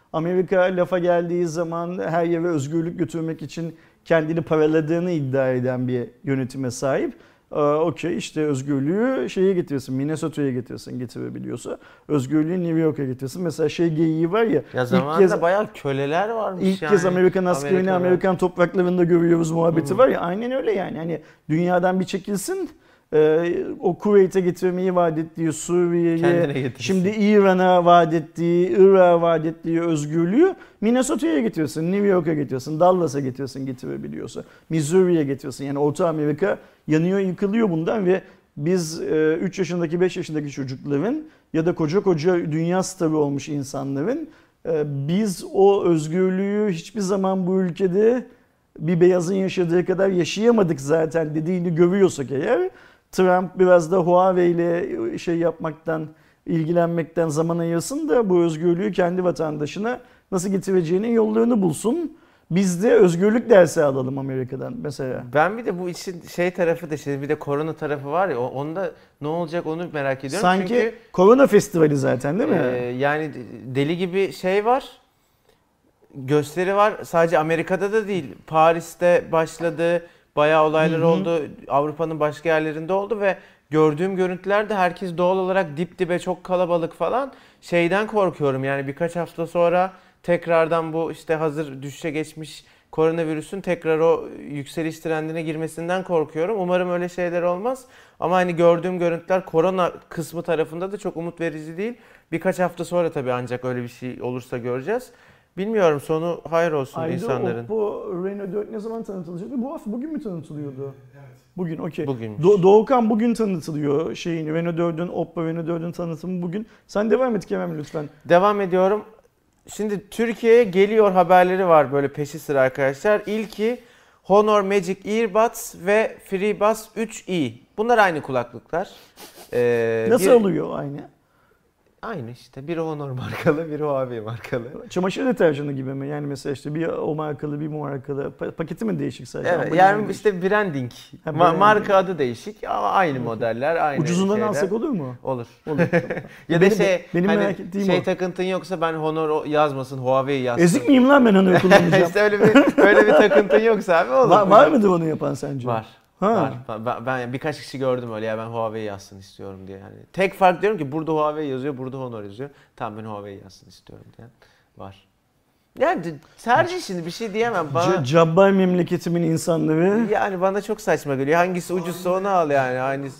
Amerika lafa geldiği zaman her yere özgürlük götürmek için kendini paraladığını iddia eden bir yönetime sahip. Okey, işte özgürlüğü şeye getirsin, Minnesota'ya getirsin, getirebiliyorsa. Özgürlüğü New York'a getirsin. Mesela şey geyiği var ya. Ya zamanında bayağı köleler varmış İlk yani. kez Amerikan askerini Amerikan topraklarında görüyoruz muhabbeti var ya. Aynen öyle yani. Hani dünyadan bir çekilsin. O Kuveyt'e getirmeyi vaat ettiği Suriye'ye, şimdi İran'a vaat ettiği, Irak'a vaat ettiği özgürlüğü Minnesota'ya getirsin, New York'a getirsin, Dallas'a getirsin getirebiliyorsa, Missouri'ye getirsin. Yani Orta Amerika yanıyor, yıkılıyor bundan ve biz 3 yaşındaki 5 yaşındaki çocukların ya da koca koca dünya starı olmuş insanların biz o özgürlüğü hiçbir zaman bu ülkede bir beyazın yaşadığı kadar yaşayamadık zaten dediğini görüyorsak eğer, Trump biraz da Huawei ile şey yapmaktan, ilgilenmekten zaman ayırsın da bu özgürlüğü kendi vatandaşına nasıl getireceğinin yollarını bulsun. Biz de özgürlük dersi alalım Amerika'dan mesela. Ben bir de bu işin şey tarafı da bir de korona tarafı var ya, onda ne olacak onu merak ediyorum. Sanki çünkü, korona festivali zaten değil mi? Yani deli gibi şey var. Gösteri var. Sadece Amerika'da da değil. Paris'te başladı. Bayağı olaylar oldu. Avrupa'nın başka yerlerinde oldu ve gördüğüm görüntülerde herkes doğal olarak dip dibe, çok kalabalık falan. Şeyden korkuyorum yani, birkaç hafta sonra tekrardan bu işte hazır düşüşe geçmiş koronavirüsün tekrar o yükseliş trendine girmesinden korkuyorum. Umarım öyle şeyler olmaz. Ama hani gördüğüm görüntüler korona kısmı tarafında da çok umut verici değil. Birkaç hafta sonra tabii ancak öyle bir şey olursa göreceğiz. Bilmiyorum, sonu hayır olsun insanların. Oppo Reno 4 ne zaman tanıtılacaktı? Bu hafta bugün mü tanıtılıyordu? Evet. Bugün, okey. Bugünmüş. Doğukan bugün tanıtılıyor şeyini. Reno 4'ün, Oppo Reno 4'ün tanıtımı bugün. Sen devam et Kerem lütfen. Devam ediyorum. Şimdi Türkiye'ye geliyor haberleri var böyle peşi sıra arkadaşlar. İlki Honor Magic Earbuds ve FreeBuds 3i. Bunlar aynı kulaklıklar. Nasıl oluyor aynı? Aynı işte. Biri Honor markalı, biri Huawei markalı. Çamaşır deterjanı gibi mi? Yani mesela işte bir o markalı, bir bu markalı. Paketi mi değişik sadece? Evet, Ambalajı yani mı işte branding. branding. Marka adı değişik ama aynı modeller, aynı Ucuzundan şeyler. alsak olur mu? Olur. Olur. Ya da benim hani merak ettiğim şey o. takıntın yoksa ben Honor yazmasın, Huawei yazsın. Ezik miyim lan ben onu kullanacağım? İşte öyle bir takıntın yoksa abi olur. Var mıdır onu yapan sence? Var. Ha. Var. Ben birkaç kişi gördüm öyle, ya ben Huawei yazsın istiyorum diye. Yani tek fark diyorum ki burada Huawei yazıyor, burada Honor yazıyor. Tamam, ben Huawei yazsın istiyorum diyen var. Yani tercih, şimdi bir şey diyemem. Cabbar memleketimin insanları. Yani bana çok saçma geliyor. Hangisi ucuzsa onu al yani. Hangisi...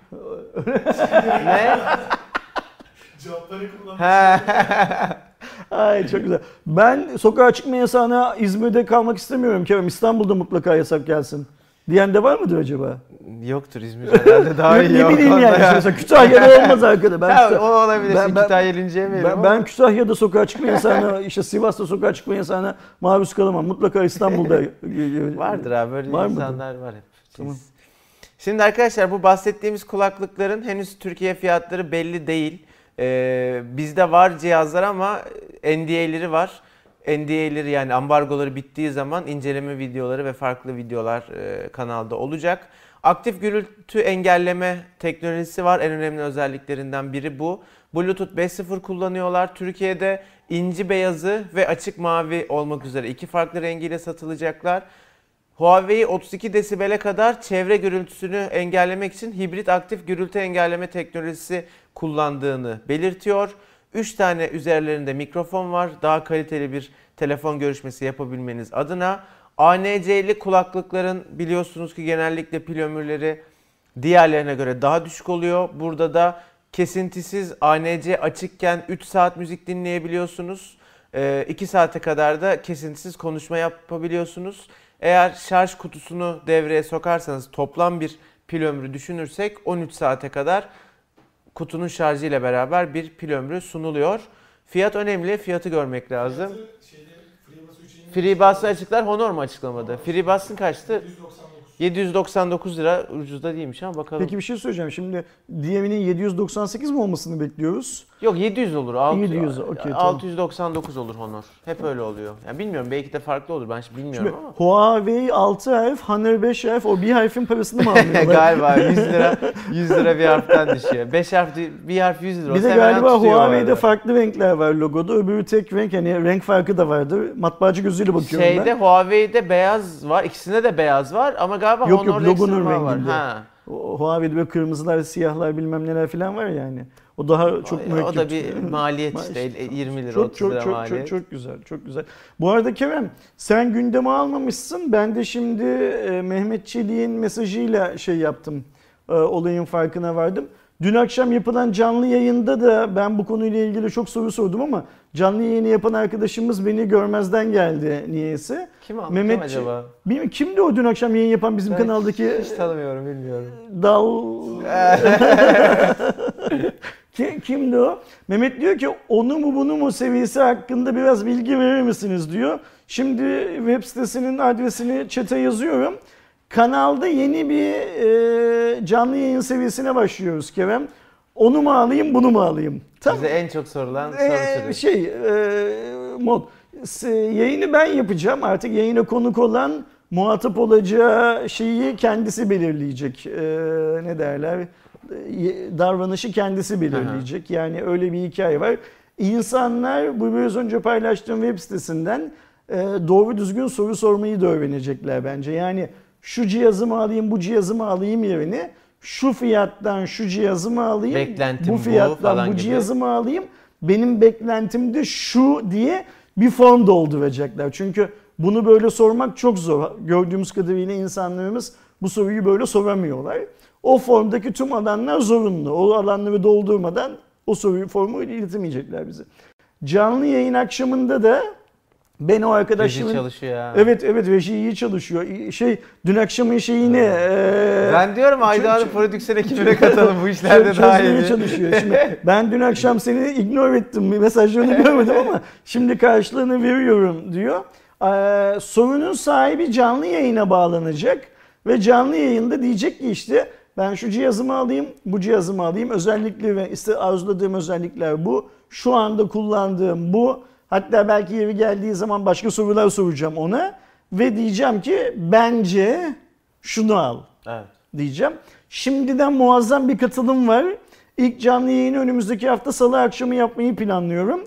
Ne? Cevapları kullanmak. Ay çok güzel. Ben sokağa çıkma yasağına İzmir'de kalmak istemiyorum Kerem. İstanbul'da mutlaka yasak gelsin. Diyen de var mıdır acaba? Yoktur, İzmir herhalde daha iyi. Ne bileyim yani. Mesela Kütahya'da olmaz arkada. O olabilir. Kütahya linceyemeyelim. Ben Kütahya'da sokağa çıkma yasağına, işte Sivas'ta sokağa çıkma yasağına maruz kalamam. Mutlaka İstanbul'da. Vardır abi, böyle var insanlar var hep. Tamam. Şimdi arkadaşlar, bu bahsettiğimiz kulaklıkların henüz Türkiye fiyatları belli değil. Bizde var cihazlar ama NDA'leri var. NDA'leri yani ambargoları bittiği zaman inceleme videoları ve farklı videolar kanalda olacak. Aktif gürültü engelleme teknolojisi var. En önemli özelliklerinden biri bu. Bluetooth 5.0 kullanıyorlar. Türkiye'de inci beyazı ve açık mavi olmak üzere iki farklı rengiyle satılacaklar. Huawei 32 desibele kadar çevre gürültüsünü engellemek için hibrit aktif gürültü engelleme teknolojisi kullandığını belirtiyor. 3 tane üzerlerinde mikrofon var. Daha kaliteli bir telefon görüşmesi yapabilmeniz adına. ANC'li kulaklıkların biliyorsunuz ki genellikle pil ömürleri diğerlerine göre daha düşük oluyor. Burada da kesintisiz ANC açıkken 3 saat müzik dinleyebiliyorsunuz. 2 saate kadar da kesintisiz konuşma yapabiliyorsunuz. Eğer şarj kutusunu devreye sokarsanız toplam bir pil ömrü düşünürsek 13 saate kadar kutunun şarjı ile beraber bir pil ömrü sunuluyor. Fiyat önemli. Fiyatı görmek lazım. FreeBuds'ı açıklar. Honor mu açıklamadı? FreeBuds'ın kaçtı? 799 lira, ucuz da değilmiş ama bakalım. Peki bir şey söyleyeceğim. Şimdi diğerinin 798 mi olmasını bekliyoruz? Yok 700 olur. 700, okey, tamam. 699 olur Honor. Hep öyle oluyor. Yani bilmiyorum belki de farklı olur. Ben şimdi bilmiyorum Şimdi ama. Huawei 6 harf, Honor 5 harf, o bir harfin parasını mı almıyorlar? Galiba 100 lira bir harften düşüyor. 5 harf bir harf 100 lira. Bir de Hemen galiba tutuyor Huawei'de orada. farklı renkler var logoda. Öbürü tek renk, hani renk farkı da vardır. Matbaacı gözüyle bakıyorum Şeyde Huawei'de beyaz var. İkisinde de beyaz var ama galiba Yok, Honor'da logonun ekstrema var. renginde. Ha. Huawei'de böyle kırmızılar, siyahlar bilmem neler falan var yani. O daha çok mürekkep. O da bir maliyet işte 20 lira Çok 30 çok lira çok maliyet. çok güzel, çok güzel. Bu arada Kerem, sen gündeme almamışsın. Ben de şimdi Mehmet Çelik'in mesajıyla şey yaptım. Olayın farkına vardım. Dün akşam yapılan canlı yayında da ben bu konuyla ilgili çok soru sordum ama canlı yayını yapan arkadaşımız beni görmezden geldi niyeyse. Kim anlatıyor acaba? Bilmiyorum, kimdi o dün akşam yayın yapan bizim Ben kanaldaki hiç tanımıyorum, bilmiyorum. Dal... Kimdi o? Mehmet diyor ki onu mu bunu mu seviyesi hakkında biraz bilgi verir misiniz diyor. Şimdi web sitesinin adresini chat'e yazıyorum. Kanalda yeni bir canlı yayın seviyesine başlıyoruz Kerem. Onu mu alayım, bunu mu alayım? Bize en çok sorulan soru türü. Mod. Yayını ben yapacağım. Artık yayına konuk olan muhatap olacağı şeyi kendisi belirleyecek. Ne derler? Davranışı kendisi belirleyecek. Yani öyle bir hikaye var. İnsanlar bu biraz önce paylaştığım web sitesinden doğru düzgün soru sormayı da öğrenecekler bence. Yani şu cihazımı alayım, bu cihazımı alayım yerine şu fiyattan şu cihazımı alayım, Beklentim bu fiyattan bu cihazımı alayım, benim beklentim de şu diye bir form dolduracaklar. Çünkü bunu böyle sormak çok zor. Gördüğümüz kadarıyla insanlarımız bu soruyu böyle soramıyorlar. O formdaki tüm alanlar zorunlu. O alanları doldurmadan o formu iletemeyecekler bize. Canlı yayın akşamında da ben o arkadaşımın... Reji çalışıyor ya. Evet reji iyi çalışıyor. Dün akşamın şeyini... Ben diyorum Aydoğan'ın prodüksiyon ekibine katalım bu işlerde daha iyi. Çalışıyor. Şimdi ben dün akşam seni ignore ettim. Mesajlarını görmedim ama şimdi karşılığını veriyorum diyor. Sorunun sahibi canlı yayına bağlanacak ve canlı yayında diyecek ki işte ben şu cihazımı alayım, bu cihazımı alayım. Özellikleri ve arzuladığım özellikler bu. Şu anda kullandığım bu. Hatta belki yeri geldiği zaman başka sorular soracağım ona. Ve diyeceğim ki bence şunu al. Evet. Diyeceğim. Şimdiden muazzam bir katılım var. İlk canlı yayını önümüzdeki hafta salı akşamı yapmayı planlıyorum.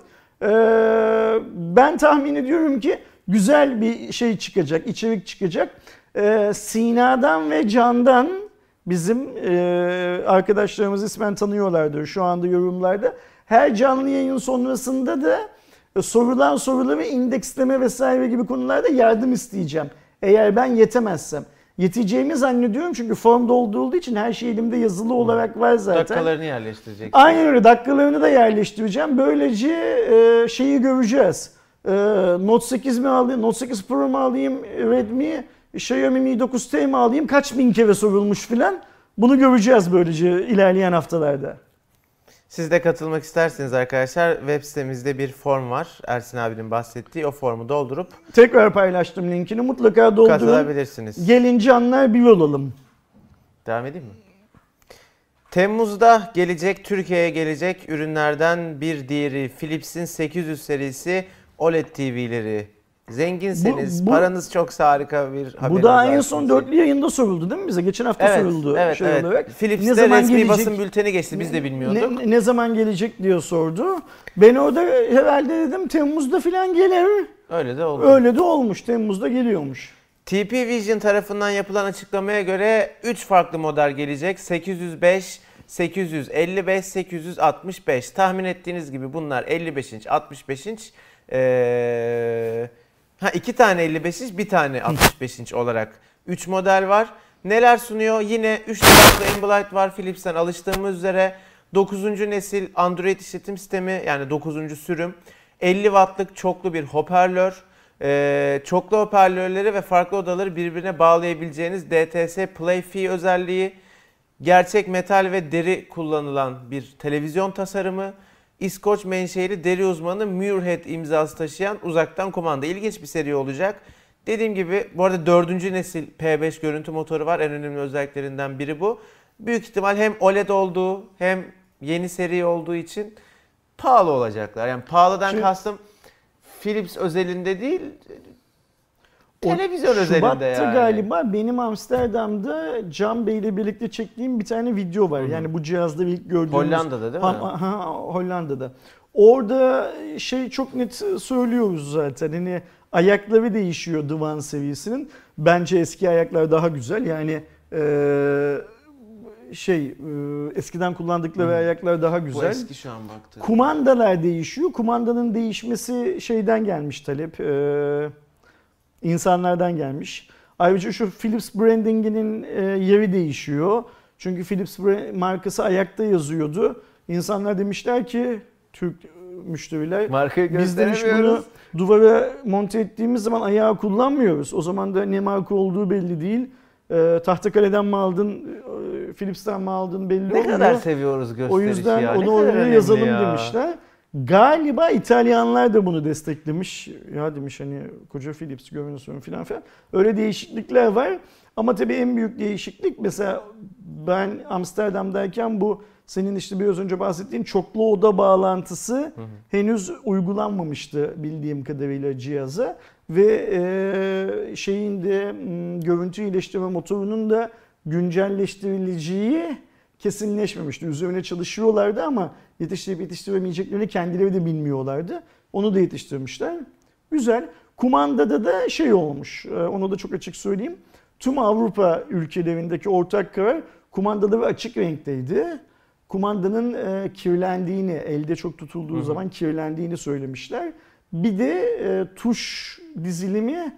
Ben tahmin ediyorum ki güzel bir şey çıkacak, içerik çıkacak. Sina'dan ve Can'dan bizim arkadaşlarımız ismen tanıyorlardır şu anda yorumlarda. Her canlı yayın sonrasında da sorulan soruları indeksleme vesaire gibi konularda yardım isteyeceğim. Eğer ben yetemezsem. Yeteceğimi zannediyorum çünkü form doldurulduğu için her şey elimde yazılı olarak var zaten. Dakikalarını yerleştireceksin. Aynen öyle, dakikalarını da yerleştireceğim. Böylece şeyi göreceğiz. Note 8 mi alayım, Note 8 Pro mu alayım, Redmi, Xiaomi Mi 9T mi alayım, kaç bin kere sorulmuş filan. Bunu göreceğiz böylece ilerleyen haftalarda. Siz de katılmak isterseniz arkadaşlar web sitemizde bir form var. Ersin abinin bahsettiği o formu doldurup Tekrar paylaştım linkini, mutlaka doldurun. katılabilirsiniz. Gelin canlar bir olalım. Devam edeyim mi? Temmuz'da gelecek, Türkiye'ye gelecek ürünlerden bir diğeri Philips'in 800 serisi OLED TV'leri. Zenginseniz, paranız çoksa harika bir haberiniz var. Bu da en son dörtlü yayında soruldu değil mi bize? Geçen hafta soruldu. Evet. Olarak. Philips'te resmi basın bülteni geçti. Biz de bilmiyorduk. Ne zaman gelecek diye sordu. Ben orada herhalde dedim Temmuz'da falan gelir. Öyle de oldu. Öyle de olmuş. Temmuz'da geliyormuş. TP Vision tarafından yapılan açıklamaya göre 3 farklı model gelecek. 805, 855, 865. Tahmin ettiğiniz gibi bunlar 55 inç, 65 inç. 2 tane 55 inç, bir tane 65 inç olarak 3 model var. Neler sunuyor? Yine 3 taraflı Ambilight var Philips'ten alıştığımız üzere. 9. nesil Android işletim sistemi, yani 9. sürüm. 50 wattlık çoklu bir hoparlör. Çoklu hoparlörleri ve farklı odaları birbirine bağlayabileceğiniz DTS Play-Fi özelliği. Gerçek metal ve deri kullanılan bir televizyon tasarımı. İskoç menşeli deri uzmanı Muirhead imzası taşıyan uzaktan kumanda. İlginç bir seri olacak. Dediğim gibi bu arada 4. nesil P5 görüntü motoru var. En önemli özelliklerinden biri bu. Büyük ihtimal hem OLED olduğu hem yeni seri olduğu için pahalı olacaklar. Yani pahalıdan Şimdi- kastım Philips özelinde değil, O televizyon özelinde Şubat'ta yani. galiba benim Amsterdam'da Can Bey ile birlikte çektiğim bir tane video var. Hı hı. Yani bu cihazda ilk gördüğümüz. Hollanda'da değil mi? Hollanda'da. Orada çok net söylüyoruz zaten. Hani ayakları değişiyor divan seviyesinin. Bence eski ayaklar daha güzel. Yani eskiden kullandıkları ayaklar daha Bu güzel. eski şu an baktığım. Kumandalar değişiyor. Kumandanın değişmesi şeyden gelmiş talep. İnsanlardan gelmiş. Ayrıca şu Philips brandinginin yeri değişiyor. Çünkü Philips markası ayakta yazıyordu. İnsanlar demişler ki Türk müşteriler Markayı biz demiş bunu gösteremiyoruz. duvara monte ettiğimiz zaman ayağı kullanmıyoruz. O zaman da ne marka olduğu belli değil. Tahtakale'den mi aldın, Philips'ten mi aldın belli Ne olmuyor. kadar seviyoruz gösterişi O yüzden ya. Ne onu kadar oraya önemli yazalım ya. demişler. Galiba İtalyanlar da bunu desteklemiş. Ya demiş hani koca Philips görüyorsun filan filan. Öyle değişiklikler var. Ama tabii en büyük değişiklik mesela ben Amsterdam'dayken bu senin işte biraz önce bahsettiğin çoklu oda bağlantısı henüz uygulanmamıştı bildiğim kadarıyla cihaza. Ve şeyin de görüntü iyileştirme motorunun da güncelleştirileceği kesinleşmemişti. Üzerine çalışıyorlardı ama yetiştirip yetiştiremeyeceklerini kendileri de bilmiyorlardı. Onu da yetiştirmişler. Güzel. Kumandada da şey olmuş. Onu da çok açık söyleyeyim. Tüm Avrupa ülkelerindeki ortak karar kumandaları açık renkteydi. Kumandanın kirlendiğini, elde çok tutulduğu zaman kirlendiğini söylemişler. Bir de tuş dizilimi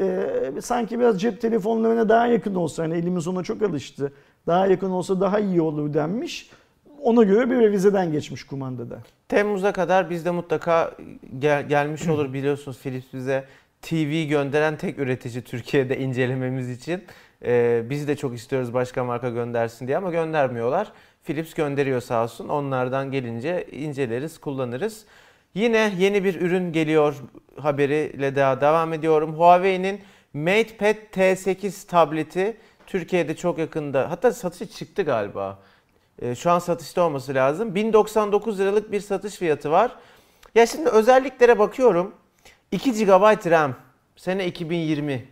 sanki biraz cep telefonlarına daha yakın olsa, hani elimiz ona çok alıştı. Daha yakın olsa daha iyi olur denmiş. Ona göre bir revizeden geçmiş kumandada. Temmuz'a kadar bizde mutlaka gelmiş olur, biliyorsunuz Philips bize TV gönderen tek üretici Türkiye'de incelememiz için. Biz de çok istiyoruz başka marka göndersin diye ama göndermiyorlar. Philips gönderiyor sağ olsun. Onlardan gelince inceleriz, kullanırız. Yine yeni bir ürün geliyor haberiyle daha devam ediyorum. Huawei'nin MatePad T8 tableti Türkiye'de çok yakında, hatta satışa çıktı galiba. Şu an satışta olması lazım. 1099 liralık bir satış fiyatı var. Ya şimdi özelliklere bakıyorum. 2 GB RAM. Sene 2020.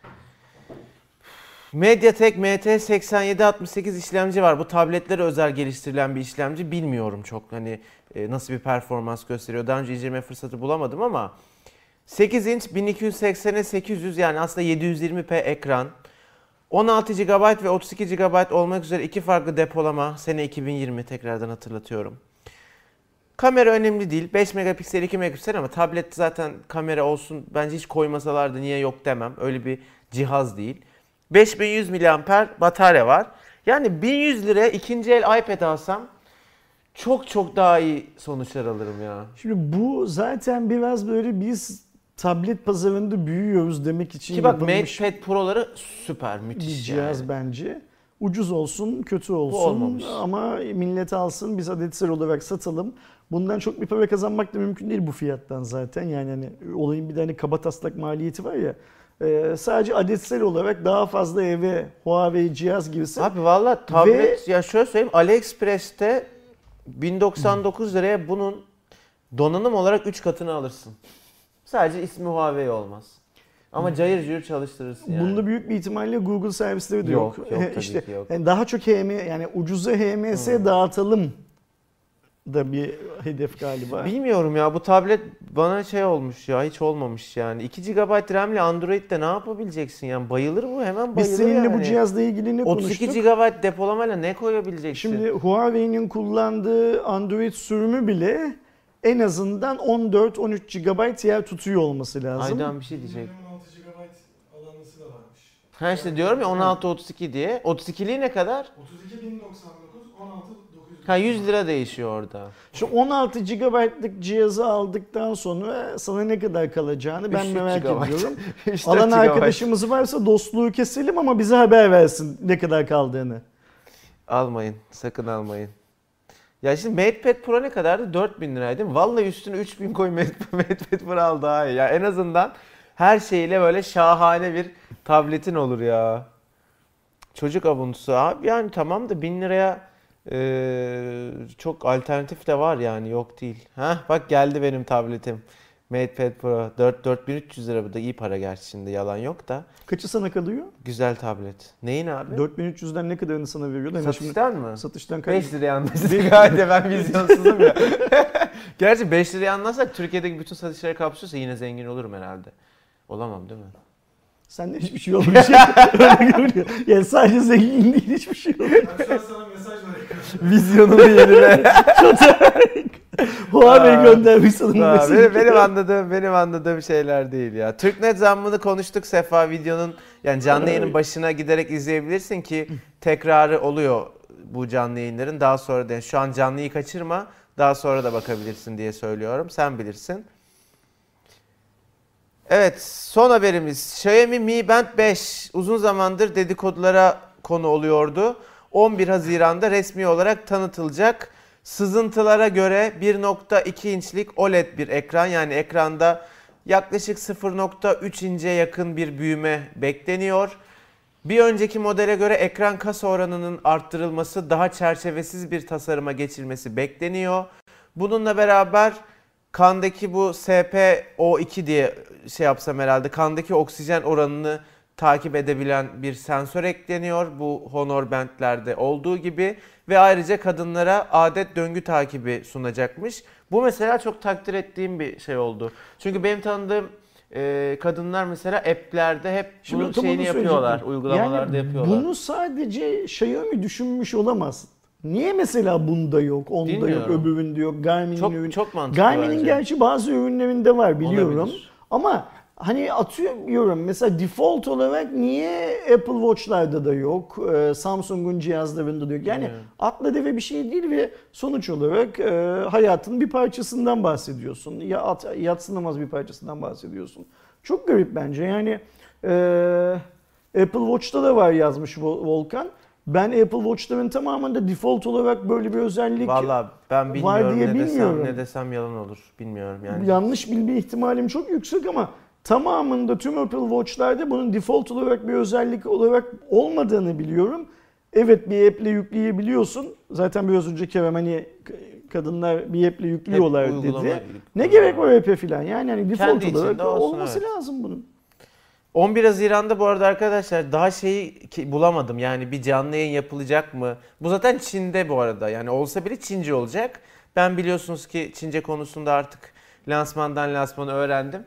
MediaTek MT8768 işlemci var. Bu tabletlere özel geliştirilen bir işlemci. Bilmiyorum çok hani nasıl bir performans gösteriyor. Daha önce inceleme fırsatı bulamadım ama 8 inç 1280'e 800, yani aslında 720p ekran. 16 GB ve 32 GB olmak üzere iki farklı depolama. Sene 2020, tekrardan hatırlatıyorum. Kamera önemli değil. 5 megapiksel, 2 megapiksel ama tablet zaten kamera olsun. Bence hiç koymasalardı niye yok demem. Öyle bir cihaz değil. 5100 mAh batarya var. Yani 1100 liraya ikinci el iPad alsam çok çok daha iyi sonuçlar alırım ya. Şimdi bu zaten biraz böyle biz tablet pazarında büyüyoruz demek için Ki bak yapılmış MatePad Pro'ları süper, bir müthiş cihaz yani. bence. Ucuz olsun, kötü olsun olmamış. ama millet alsın, biz adetsel olarak satalım. Bundan çok bir para kazanmak da mümkün değil bu fiyattan zaten. Yani hani olayın bir de hani kabataslak maliyeti var ya. Sadece adetsel olarak daha fazla eve Huawei cihaz girse. Abi valla tablet, ya şöyle söyleyeyim, AliExpress'te 1099 liraya bunun donanım olarak 3 katını alırsın. Sadece ismi Huawei olmaz. Ama cayır cayır çalıştırırsın yani. Bunda büyük bir ihtimalle Google servisleri de yok. Yok, tabii İşte, ki yok. yani daha çok yani ucuza HMS dağıtalım da bir hedef galiba. Bilmiyorum ya, bu tablet bana şey olmuş ya, hiç olmamış yani. 2 GB RAM ile Android'de ne yapabileceksin yani, bayılır bu, hemen bayılır. Biz seninle yani. bu cihazla ilgili ne 32 konuştuk? GB depolamayla ne koyabileceksin? Şimdi Huawei'nin kullandığı Android sürümü bile en azından 14-13 GB yer tutuyor olması lazım. Aydan bir şey diyecek. 16 GB alanlısı da varmış. Ha işte diyorum ya 16-32 diye. 32'liği ne kadar? 32.099, 16.900. Ha 100 lira değişiyor orada. Şu 16 GB'lık cihazı aldıktan sonra sana ne kadar kalacağını ben 3 merak GB. ediyorum. 3-4 Alan GB. arkadaşımız varsa dostluğu keselim ama bize haber versin ne kadar kaldığını. Almayın. Sakın almayın. Ya şimdi MatePad Pro ne kadardı? 4000 liraydı değil mi? Vallahi üstüne 3000 koy, MatePad Pro al daha iyi. Ya en azından her şeyle böyle şahane bir tabletin olur ya. Çocuk avuntusu abi, yani tamam da 1000 liraya Çok alternatif de var yani, yok değil. Hah bak geldi benim tabletim. MatePad Pro 4300 lira, bu da iyi para gerçi, şimdi yalan yok da. Kaçı sana kalıyor? Güzel tablet. Neyin abi? 4300'den ne kadarını sana veriyor? Satıştan mı? Satıştan 5 liraya anlaştık. Hadi ben vizyonsuzum ya. Gerçi 5 liraya anlarsak Türkiye'deki bütün satışları kapsıyorsa yine zengin olurum herhalde. Olamam değil mi? Sende hiçbir şey olmayacak. Öyle görünüyor. Yani sadece zengin değil, hiçbir şey olmayacak. Ben şu an sana mesaj var. Vizyonumu yenile. Huawei göndermiş sana mesajı. Benim anladığım şeyler değil ya. TürkNet zammını konuştuk Sefa, videonun yani canlı yayının başına giderek izleyebilirsin ki tekrarı oluyor bu canlı yayınların. Daha sonra da şu an canlıyı kaçırma, daha sonra da bakabilirsin diye söylüyorum. Sen bilirsin. Evet, son haberimiz. Xiaomi Mi Band 5 uzun zamandır dedikodulara konu oluyordu. 11 Haziran'da resmi olarak tanıtılacak. Sızıntılara göre 1.2 inçlik OLED bir ekran, yani ekranda yaklaşık 0.3 inçe yakın bir büyüme bekleniyor. Bir önceki modele göre ekran kasa oranının arttırılması, daha çerçevesiz bir tasarıma geçilmesi bekleniyor. Bununla beraber kandaki bu SpO2 diye şey yapsam herhalde, kandaki oksijen oranını takip edebilen bir sensör ekleniyor bu Honor Band'lerde olduğu gibi ve ayrıca kadınlara adet döngü takibi sunacakmış. Bu mesela çok takdir ettiğim bir şey oldu. Çünkü benim tanıdığım kadınlar mesela app'lerde hep bunun şeyini yapıyorlar, uygulamalarda yani yapıyorlar. Bunu sadece Xiaomi düşünmüş olamaz. Niye mesela bunda yok, onda Bilmiyorum. yok, öbüründe yok, Garmin'in ürünü. Çok mantıklı Garmin'in bence. gerçi bazı ürünlerinde var biliyorum. Olabilir. Ama hani atıyorum mesela default olarak niye Apple Watch'larda da yok, Samsung'un cihazlarında da yok. Yani atla deve bir şey değil ve sonuç olarak hayatın bir parçasından bahsediyorsun. Yadsınamaz bir parçasından bahsediyorsun. Çok garip bence. Yani Apple Watch'ta da var yazmış Volkan. Ben Apple Watch'ların tamamında default olarak böyle bir özellik Vallahi ben var bilmiyorum, diye ne bilmiyorum. desem yalan olur. Bilmiyorum yani. Yanlış bilme ihtimalim çok yüksek ama tamamında tüm Apple Watch'larda bunun default olarak bir özellik olarak olmadığını biliyorum. Evet, bir app'le yükleyebiliyorsun. Zaten biraz önce Kerem hani kadınlar bir app'le yüklüyorlar dedi. Ne gerek var app'e filan? Yani hani default Kendi olarak içinde olsun, olması evet. lazım bunun. 11 Haziran'da bu arada arkadaşlar daha şeyi bulamadım, yani bir canlı yayın yapılacak mı? Bu zaten Çin'de bu arada, yani olsa bile Çince olacak. Ben biliyorsunuz ki Çince konusunda artık lansmandan lansmanı öğrendim.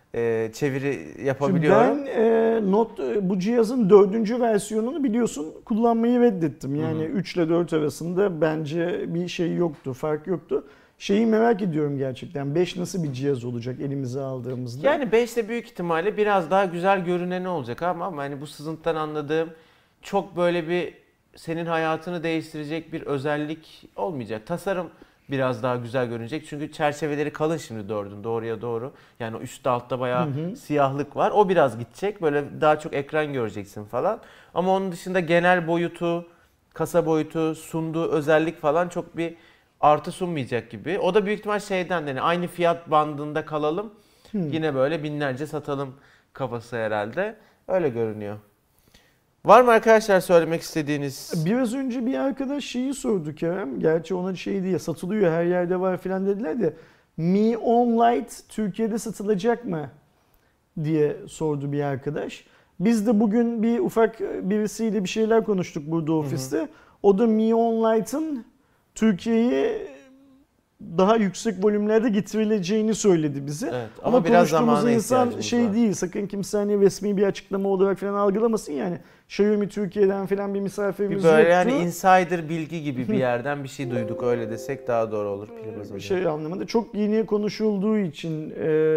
Çeviri yapabiliyorum. Şimdi ben bu cihazın 4. versiyonunu biliyorsun kullanmayı reddettim. Yani 3 ile 4 arasında bence bir şey yoktu, fark yoktu. Şeyi merak ediyorum gerçekten. 5 nasıl bir cihaz olacak elimize aldığımızda? Yani 5'te büyük ihtimalle biraz daha güzel görüneni olacak ama hani bu sızıntıdan anladığım çok böyle bir senin hayatını değiştirecek bir özellik olmayacak. Tasarım biraz daha güzel görünecek çünkü çerçeveleri kalın şimdi 4'ün doğruya doğru. Yani o üstte altta bayağı siyahlık var. O biraz gidecek. Böyle daha çok ekran göreceksin falan. Ama onun dışında genel boyutu, kasa boyutu, sunduğu özellik falan çok bir artı sunmayacak gibi. O da büyük ihtimal şeyden, yani aynı fiyat bandında kalalım. Yine böyle binlerce satalım kafası herhalde. Öyle görünüyor. Var mı arkadaşlar söylemek istediğiniz? Biraz önce bir arkadaş şeyi sordu Kerem. Gerçi ona şey diye satılıyor, her yerde var filan dediler de Mi 10 Lite Türkiye'de satılacak mı diye sordu bir arkadaş. Biz de bugün bir ufak birisiyle bir şeyler konuştuk burada ofiste. O da Mi 10 Lite'ın Türkiye'ye daha yüksek volümlerde getirileceğini söyledi bize. Evet, ama biraz konuştuğumuz zamana insan ihtiyacımız şey var. değil. Sakın kimse hani resmi bir açıklama olarak falan algılamasın yani. Xiaomi Türkiye'den falan bir misafirimiz Bir böyle yoktu. yani insider bilgi gibi bir yerden bir şey duyduk, öyle desek daha doğru olur. Bir şey anlamında çok yeni konuşulduğu için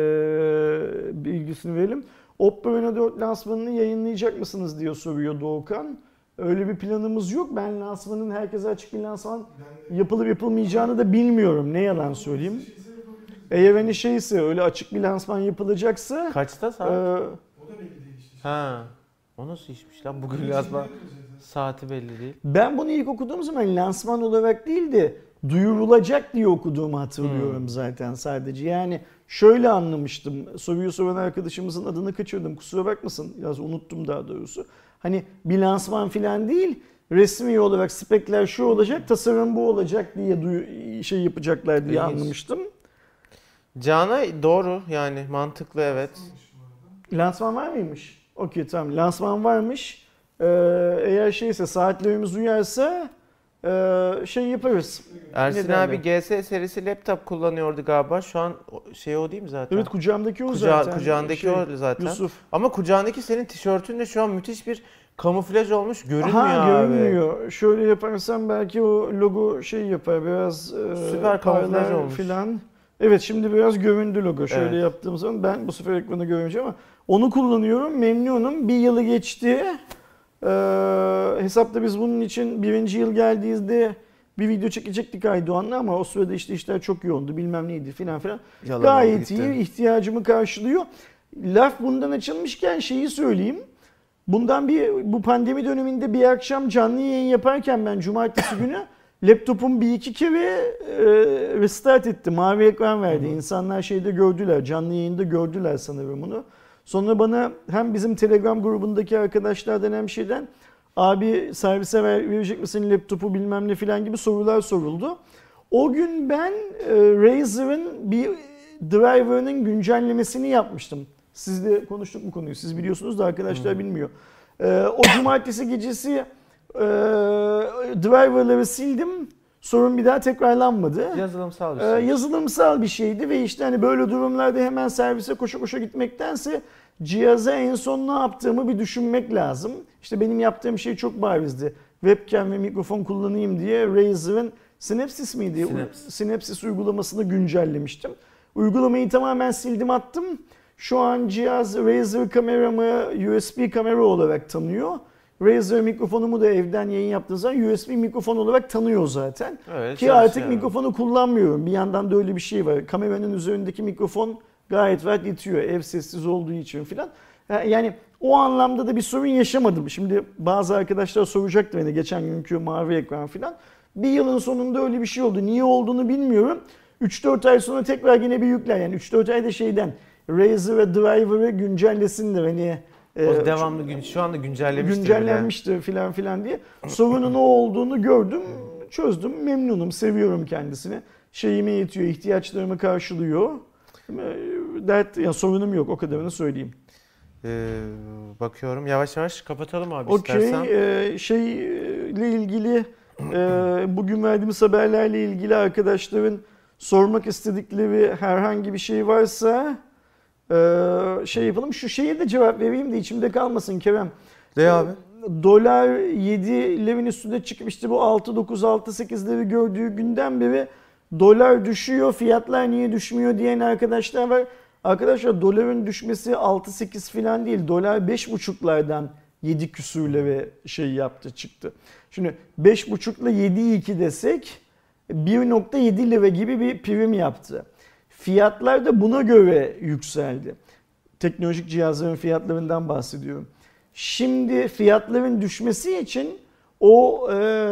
bilgisini verelim. Oppo Reno 4 lansmanını yayınlayacak mısınız diye soruyor Doğukan. Öyle bir planımız yok. Ben lansmanın herkese açık bir lansman yapılıp yapılmayacağını da bilmiyorum. Ne yalan söyleyeyim. Eğer hani şeyse öyle açık bir lansman yapılacaksa Kaçta saat? O da belli değil işte. Ha. O nasıl işmiş lan? Bugün lansman saati belli değil. ben bunu ilk okuduğum zaman lansman olarak değil de duyurulacak diye okuduğumu hatırlıyorum zaten sadece. Yani şöyle anlamıştım. Soruyu soran arkadaşımızın adını kaçırdım. Kusura bakmasın. Biraz unuttum daha doğrusu. Hani bir lansman falan değil. resmi olarak spekler şu olacak, tasarım bu olacak diye şey yapacaklar diye İlginç. anlamıştım. Canay doğru yani mantıklı evet. Lansman var mıymış? Okey tamam, lansman varmış. Eğer şeyse, saatlerimiz uyarsa şey yaparız. Ersin Ne abi derler? GS serisi laptop kullanıyordu galiba. Şu an şey o değil mi zaten? Evet, kucağımdaki o zaten. Kucağındaki Şey, o zaten. Yusuf. Ama kucağındaki senin tişörtün de şu an müthiş bir kamuflaj olmuş. Görünmüyor Aha, abi. görünmüyor. Şöyle yaparsam belki o logo şey yapar biraz Süper kamuflaj parlar olmuş. filan. Evet, şimdi biraz göründü logo. Şöyle Evet. yaptığım zaman ben bu sefer ekranı görmeyeceğim ama onu kullanıyorum. Memnunum. Bir yılı geçti. Hesapta biz bunun için 1. yıl geldiğinde bir video çekecektik Aydoğan'la ama o sırada işte işler çok yoğundu, bilmem neydi filan filan. Yalan Gayet oldu, gitti. iyi, ihtiyacımı karşılıyor. Laf bundan açılmışken şeyi söyleyeyim. Bu pandemi döneminde bir akşam canlı yayın yaparken ben cumartesi günü laptopum bir iki kere restart etti. Mavi ekran verdi. İnsanlar şeyde gördüler, canlı yayında gördüler sanırım bunu. Sonra bana hem bizim Telegram grubundaki arkadaşlardan hem şeyden abi servise verecek misin laptopu bilmem ne filan gibi sorular soruldu. O gün ben Razer'ın bir driver'ının güncellemesini yapmıştım. Sizle konuştuk bu konuyu. Siz biliyorsunuz da arkadaşlar bilmiyor. O cumartesi gecesi driver'ları sildim. Sorun bir daha tekrarlanmadı. Yazılımsal bir şey. Yazılımsal bir şeydi ve işte hani böyle durumlarda hemen servise koşa koşa gitmektense cihaza en son ne yaptığımı bir düşünmek lazım. İşte benim yaptığım şey çok barizdi. Webcam ve mikrofon kullanayım diye Razer'ın Synapsis miydi? Synapsis uygulamasını güncellemiştim. Uygulamayı tamamen sildim attım. Şu an cihaz Razer kameramı USB kamera olarak tanıyor. Razer mikrofonumu da evden yayın yaptığım zaman USB mikrofon olarak tanıyor zaten. Evet, Ki artık çalışıyor. mikrofonu kullanmıyorum. Bir yandan da öyle bir şey var. Kameranın üzerindeki mikrofon gayet rahat yetiyor. Ev sessiz olduğu için filan. Yani o anlamda da bir sorun yaşamadım. Şimdi bazı arkadaşlar soracaktı beni geçen günkü mavi ekran filan. Bir yılın sonunda öyle bir şey oldu. Niye olduğunu bilmiyorum. 3-4 ay sonra tekrar yine bir yükler. Yani 3-4 ayda şeyden Razer ve Driver'ı güncellesinler. Hani O devamlı gün şu anda güncellemiştir güncellenmiştir filan filan diye. Sorunun o olduğunu gördüm, çözdüm. Memnunum, seviyorum kendisini. Şeyime yetiyor, ihtiyaçlarımı karşılıyor. Yani sorunum yok, o kadarını söyleyeyim. Bakıyorum yavaş yavaş kapatalım abi Okey, istersen. şeyle ilgili bugün verdiğimiz haberlerle ilgili arkadaşların sormak istedikleri herhangi bir şey varsa şey yapalım. Şu şeye de cevap vereyim de içimde kalmasın Kerem. De abi. Dolar 7'lerin üstünde çıkmıştı. Bu 6.9-6.8'leri gördüğü günden beri dolar düşüyor. Fiyatlar niye düşmüyor diyen arkadaşlar var. Arkadaşlar doların düşmesi 6-8 falan değil. Dolar 5.5'lardan 7 küsürlere şey yaptı çıktı. Şimdi 5.5 ile 7'yi 2 desek 1.7 lira gibi bir prim yaptı. Fiyatlar da buna göre yükseldi. Teknolojik cihazların fiyatlarından bahsediyorum. Şimdi fiyatların düşmesi için o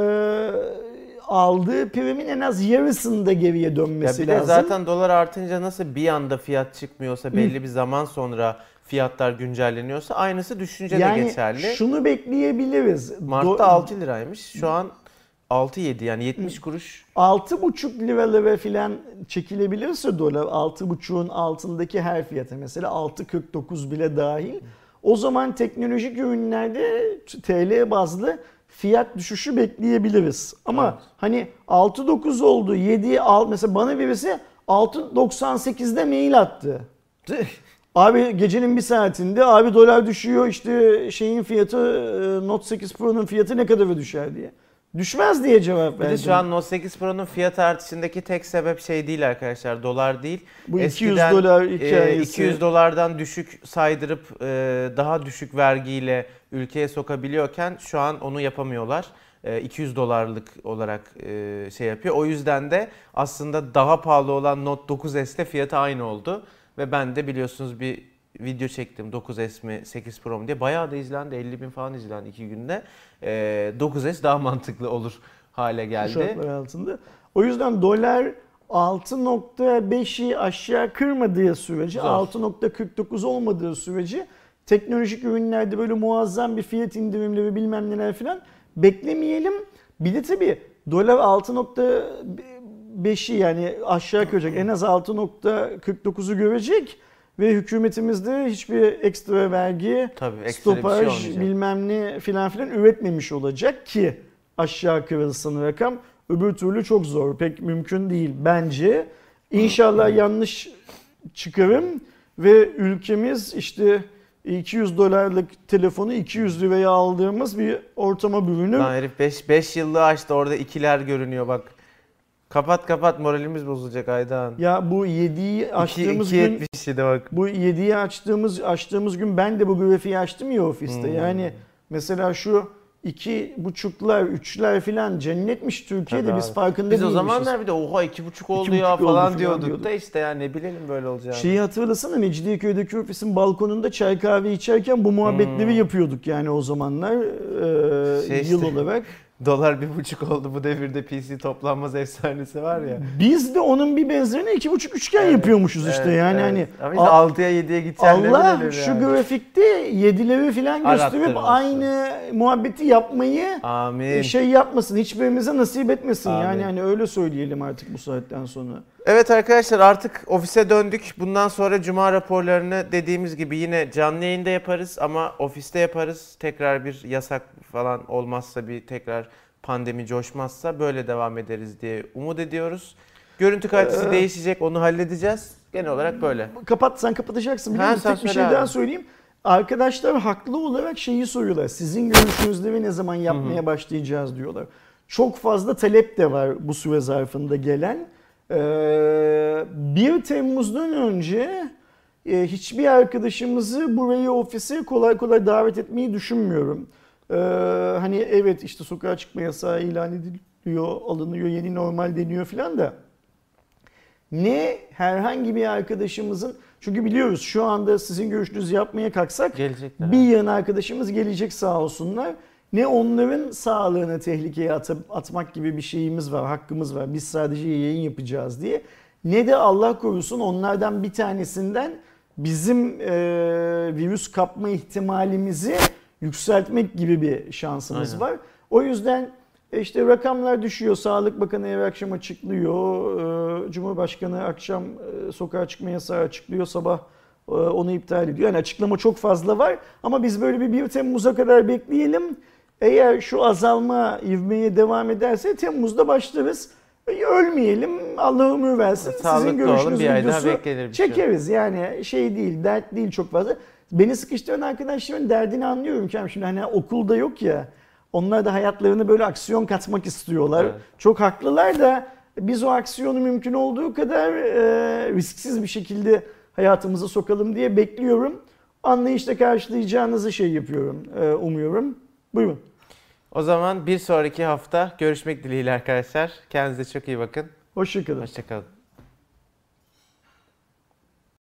aldığı primin en az yarısında geriye Ya dönmesi bir de lazım. zaten dolar artınca nasıl bir anda fiyat çıkmıyorsa belli bir zaman sonra fiyatlar güncelleniyorsa aynısı düşünce de geçerli. Şunu bekleyebiliriz. Mart'ta 6 liraymış. Şu an 6.7 yani 70 kuruş. 6,5 liralara falan çekilebilirse dolar 6,5'un altındaki her fiyata mesela 6,49 bile dahil. O zaman teknolojik ürünlerde TL bazlı fiyat düşüşü bekleyebiliriz. Ama Evet. hani 6,9 oldu 7'ye al mesela bana birisi 6,98'de mail attı. Abi gecenin bir saatinde abi dolar düşüyor işte şeyin fiyatı Note 8 Pro'nun fiyatı ne kadar düşer diye. Düşmez diye cevap Bir verdim. de şu an Note 8 Pro'nun fiyat artışındaki tek sebep şey değil arkadaşlar. Dolar değil. Bu 200 Eskiden, dolar hikayesi. 200 dolardan düşük saydırıp daha düşük vergiyle ülkeye sokabiliyorken şu an onu yapamıyorlar. 200 dolarlık olarak şey yapıyor. O yüzden de aslında daha pahalı olan Note 9S ile fiyatı aynı oldu. Ve ben de biliyorsunuz bir video çektim 9S mi 8 Pro mu diye. Bayağı da izlendi. 50.000 falan izlendi 2 günde. 9S daha mantıklı olur hale geldi. Şartlar altında. O yüzden dolar 6,5'i aşağı kırmadığı sürece, Zor. 6,49 olmadığı sürece teknolojik ürünlerde böyle muazzam bir fiyat indirimleri bilmem neler filan beklemeyelim. Bir de tabii dolar 6.5'i yani aşağı görecek. En az 6.49'u görecek. Ve hükümetimizde hiçbir ekstra vergi, Tabii, ekstra bir şey stopaj olmayacak. bilmem ne filan filan üretmemiş olacak ki aşağı kırılsın rakam. Öbür türlü çok zor. Pek mümkün değil bence. İnşallah yanlış çıkarım ve ülkemiz işte 200 dolarlık telefonu 200 liraya aldığımız bir ortama bürünür. Lan herif 5 yıllığı açtı, orada ikiler görünüyor bak. Kapat moralimiz bozulacak Aydan. Ya bu 7'yi açtığımız gün 2.77 bak. bu 7'yi açtığımız gün ben de bu grafiği açtım ya ofiste. Yani mesela şu 2.5'lar 3'ler filan cennetmiş Türkiye'de Tabii biz abi. farkında Biz o değilmişiz. zamanlar bir de oha 2.5 oldu 2.5 ya oldu falan falan diyorduk diyorduk. da işte ya ne bilelim böyle olacağını. Şeyi hatırlasana Mecidiyeköy'deki ofisin balkonunda çay kahve içerken bu muhabbetleri yapıyorduk yani o zamanlar yıl işte. olarak. Dolar 1.5 oldu bu devirde PC toplanmaz efsanesi var ya. Biz de onun bir benzerini 2.5-3 iken yapıyormuşuz işte yani hani. Ama işte 6'ya 7'ye gideceğim ne Allah bilelim şu yani. grafikte 7'leri falan gösterip Arattırmasın. aynı muhabbeti yapmayı Amin. şey yapmasın, hiçbirimize nasip etmesin. Amin. Yani hani öyle söyleyelim artık bu saatten sonra. Evet arkadaşlar artık ofise döndük. Bundan sonra cuma raporlarını dediğimiz gibi yine canlı yayında yaparız ama ofiste yaparız. Tekrar bir yasak falan olmazsa, bir tekrar pandemi coşmazsa böyle devam ederiz diye umut ediyoruz. Görüntü kalitesi değişecek, onu halledeceğiz. Genel olarak böyle. Sen kapatacaksın. Bir Ha, de sen tek bir söyle şey abi. daha söyleyeyim. Arkadaşlar haklı olarak şeyi soruyorlar. Sizin görüşünüzde ne zaman yapmaya başlayacağız diyorlar. Çok fazla talep de var bu süre zarfında gelen. 1 Temmuz'dan önce hiçbir arkadaşımızı buraya ofise kolay kolay davet etmeyi düşünmüyorum. Hani evet işte sokağa çıkma yasağı ilan ediliyor, alınıyor, yeni normal deniyor filan da. Ne herhangi bir arkadaşımızın, çünkü biliyoruz şu anda sizin görüşünüzü yapmaya kalksak Gelecekler. bir yığın arkadaşımız gelecek sağ olsunlar. Ne onların sağlığını tehlikeye atmak gibi bir şeyimiz var, hakkımız var. Biz sadece yayın yapacağız diye. Ne de Allah korusun onlardan bir tanesinden bizim virüs kapma ihtimalimizi yükseltmek gibi bir şansımız Aynen. var. O yüzden işte rakamlar düşüyor. Sağlık Bakanı her akşam açıklıyor. Cumhurbaşkanı akşam sokağa çıkma yasağı açıklıyor. Sabah onu iptal ediyor. Yani açıklama çok fazla var. Ama biz böyle bir 1 Temmuz'a kadar bekleyelim. Eğer şu azalma ivmeye devam ederse Temmuz'da başlarız. Ölmeyelim. Allah ömür versin. Sağlıklı Sizin olun, görüşünüz bir ay daha videosu beklenir bir şey yok. çekeriz. Yani şey değil, dert değil çok fazla. Beni sıkıştıran arkadaşlarımın derdini anlıyorum ki şimdi hani okulda yok ya. Onlar da hayatlarını böyle aksiyon katmak istiyorlar. Evet. Çok haklılar da biz o aksiyonu mümkün olduğu kadar risksiz bir şekilde hayatımıza sokalım diye bekliyorum. Anlayışla karşılayacağınızı umuyorum. Buyurun. O zaman bir sonraki hafta görüşmek dileğiyle arkadaşlar. Kendinize çok iyi bakın. Hoşça kalın. Hoşça kalın.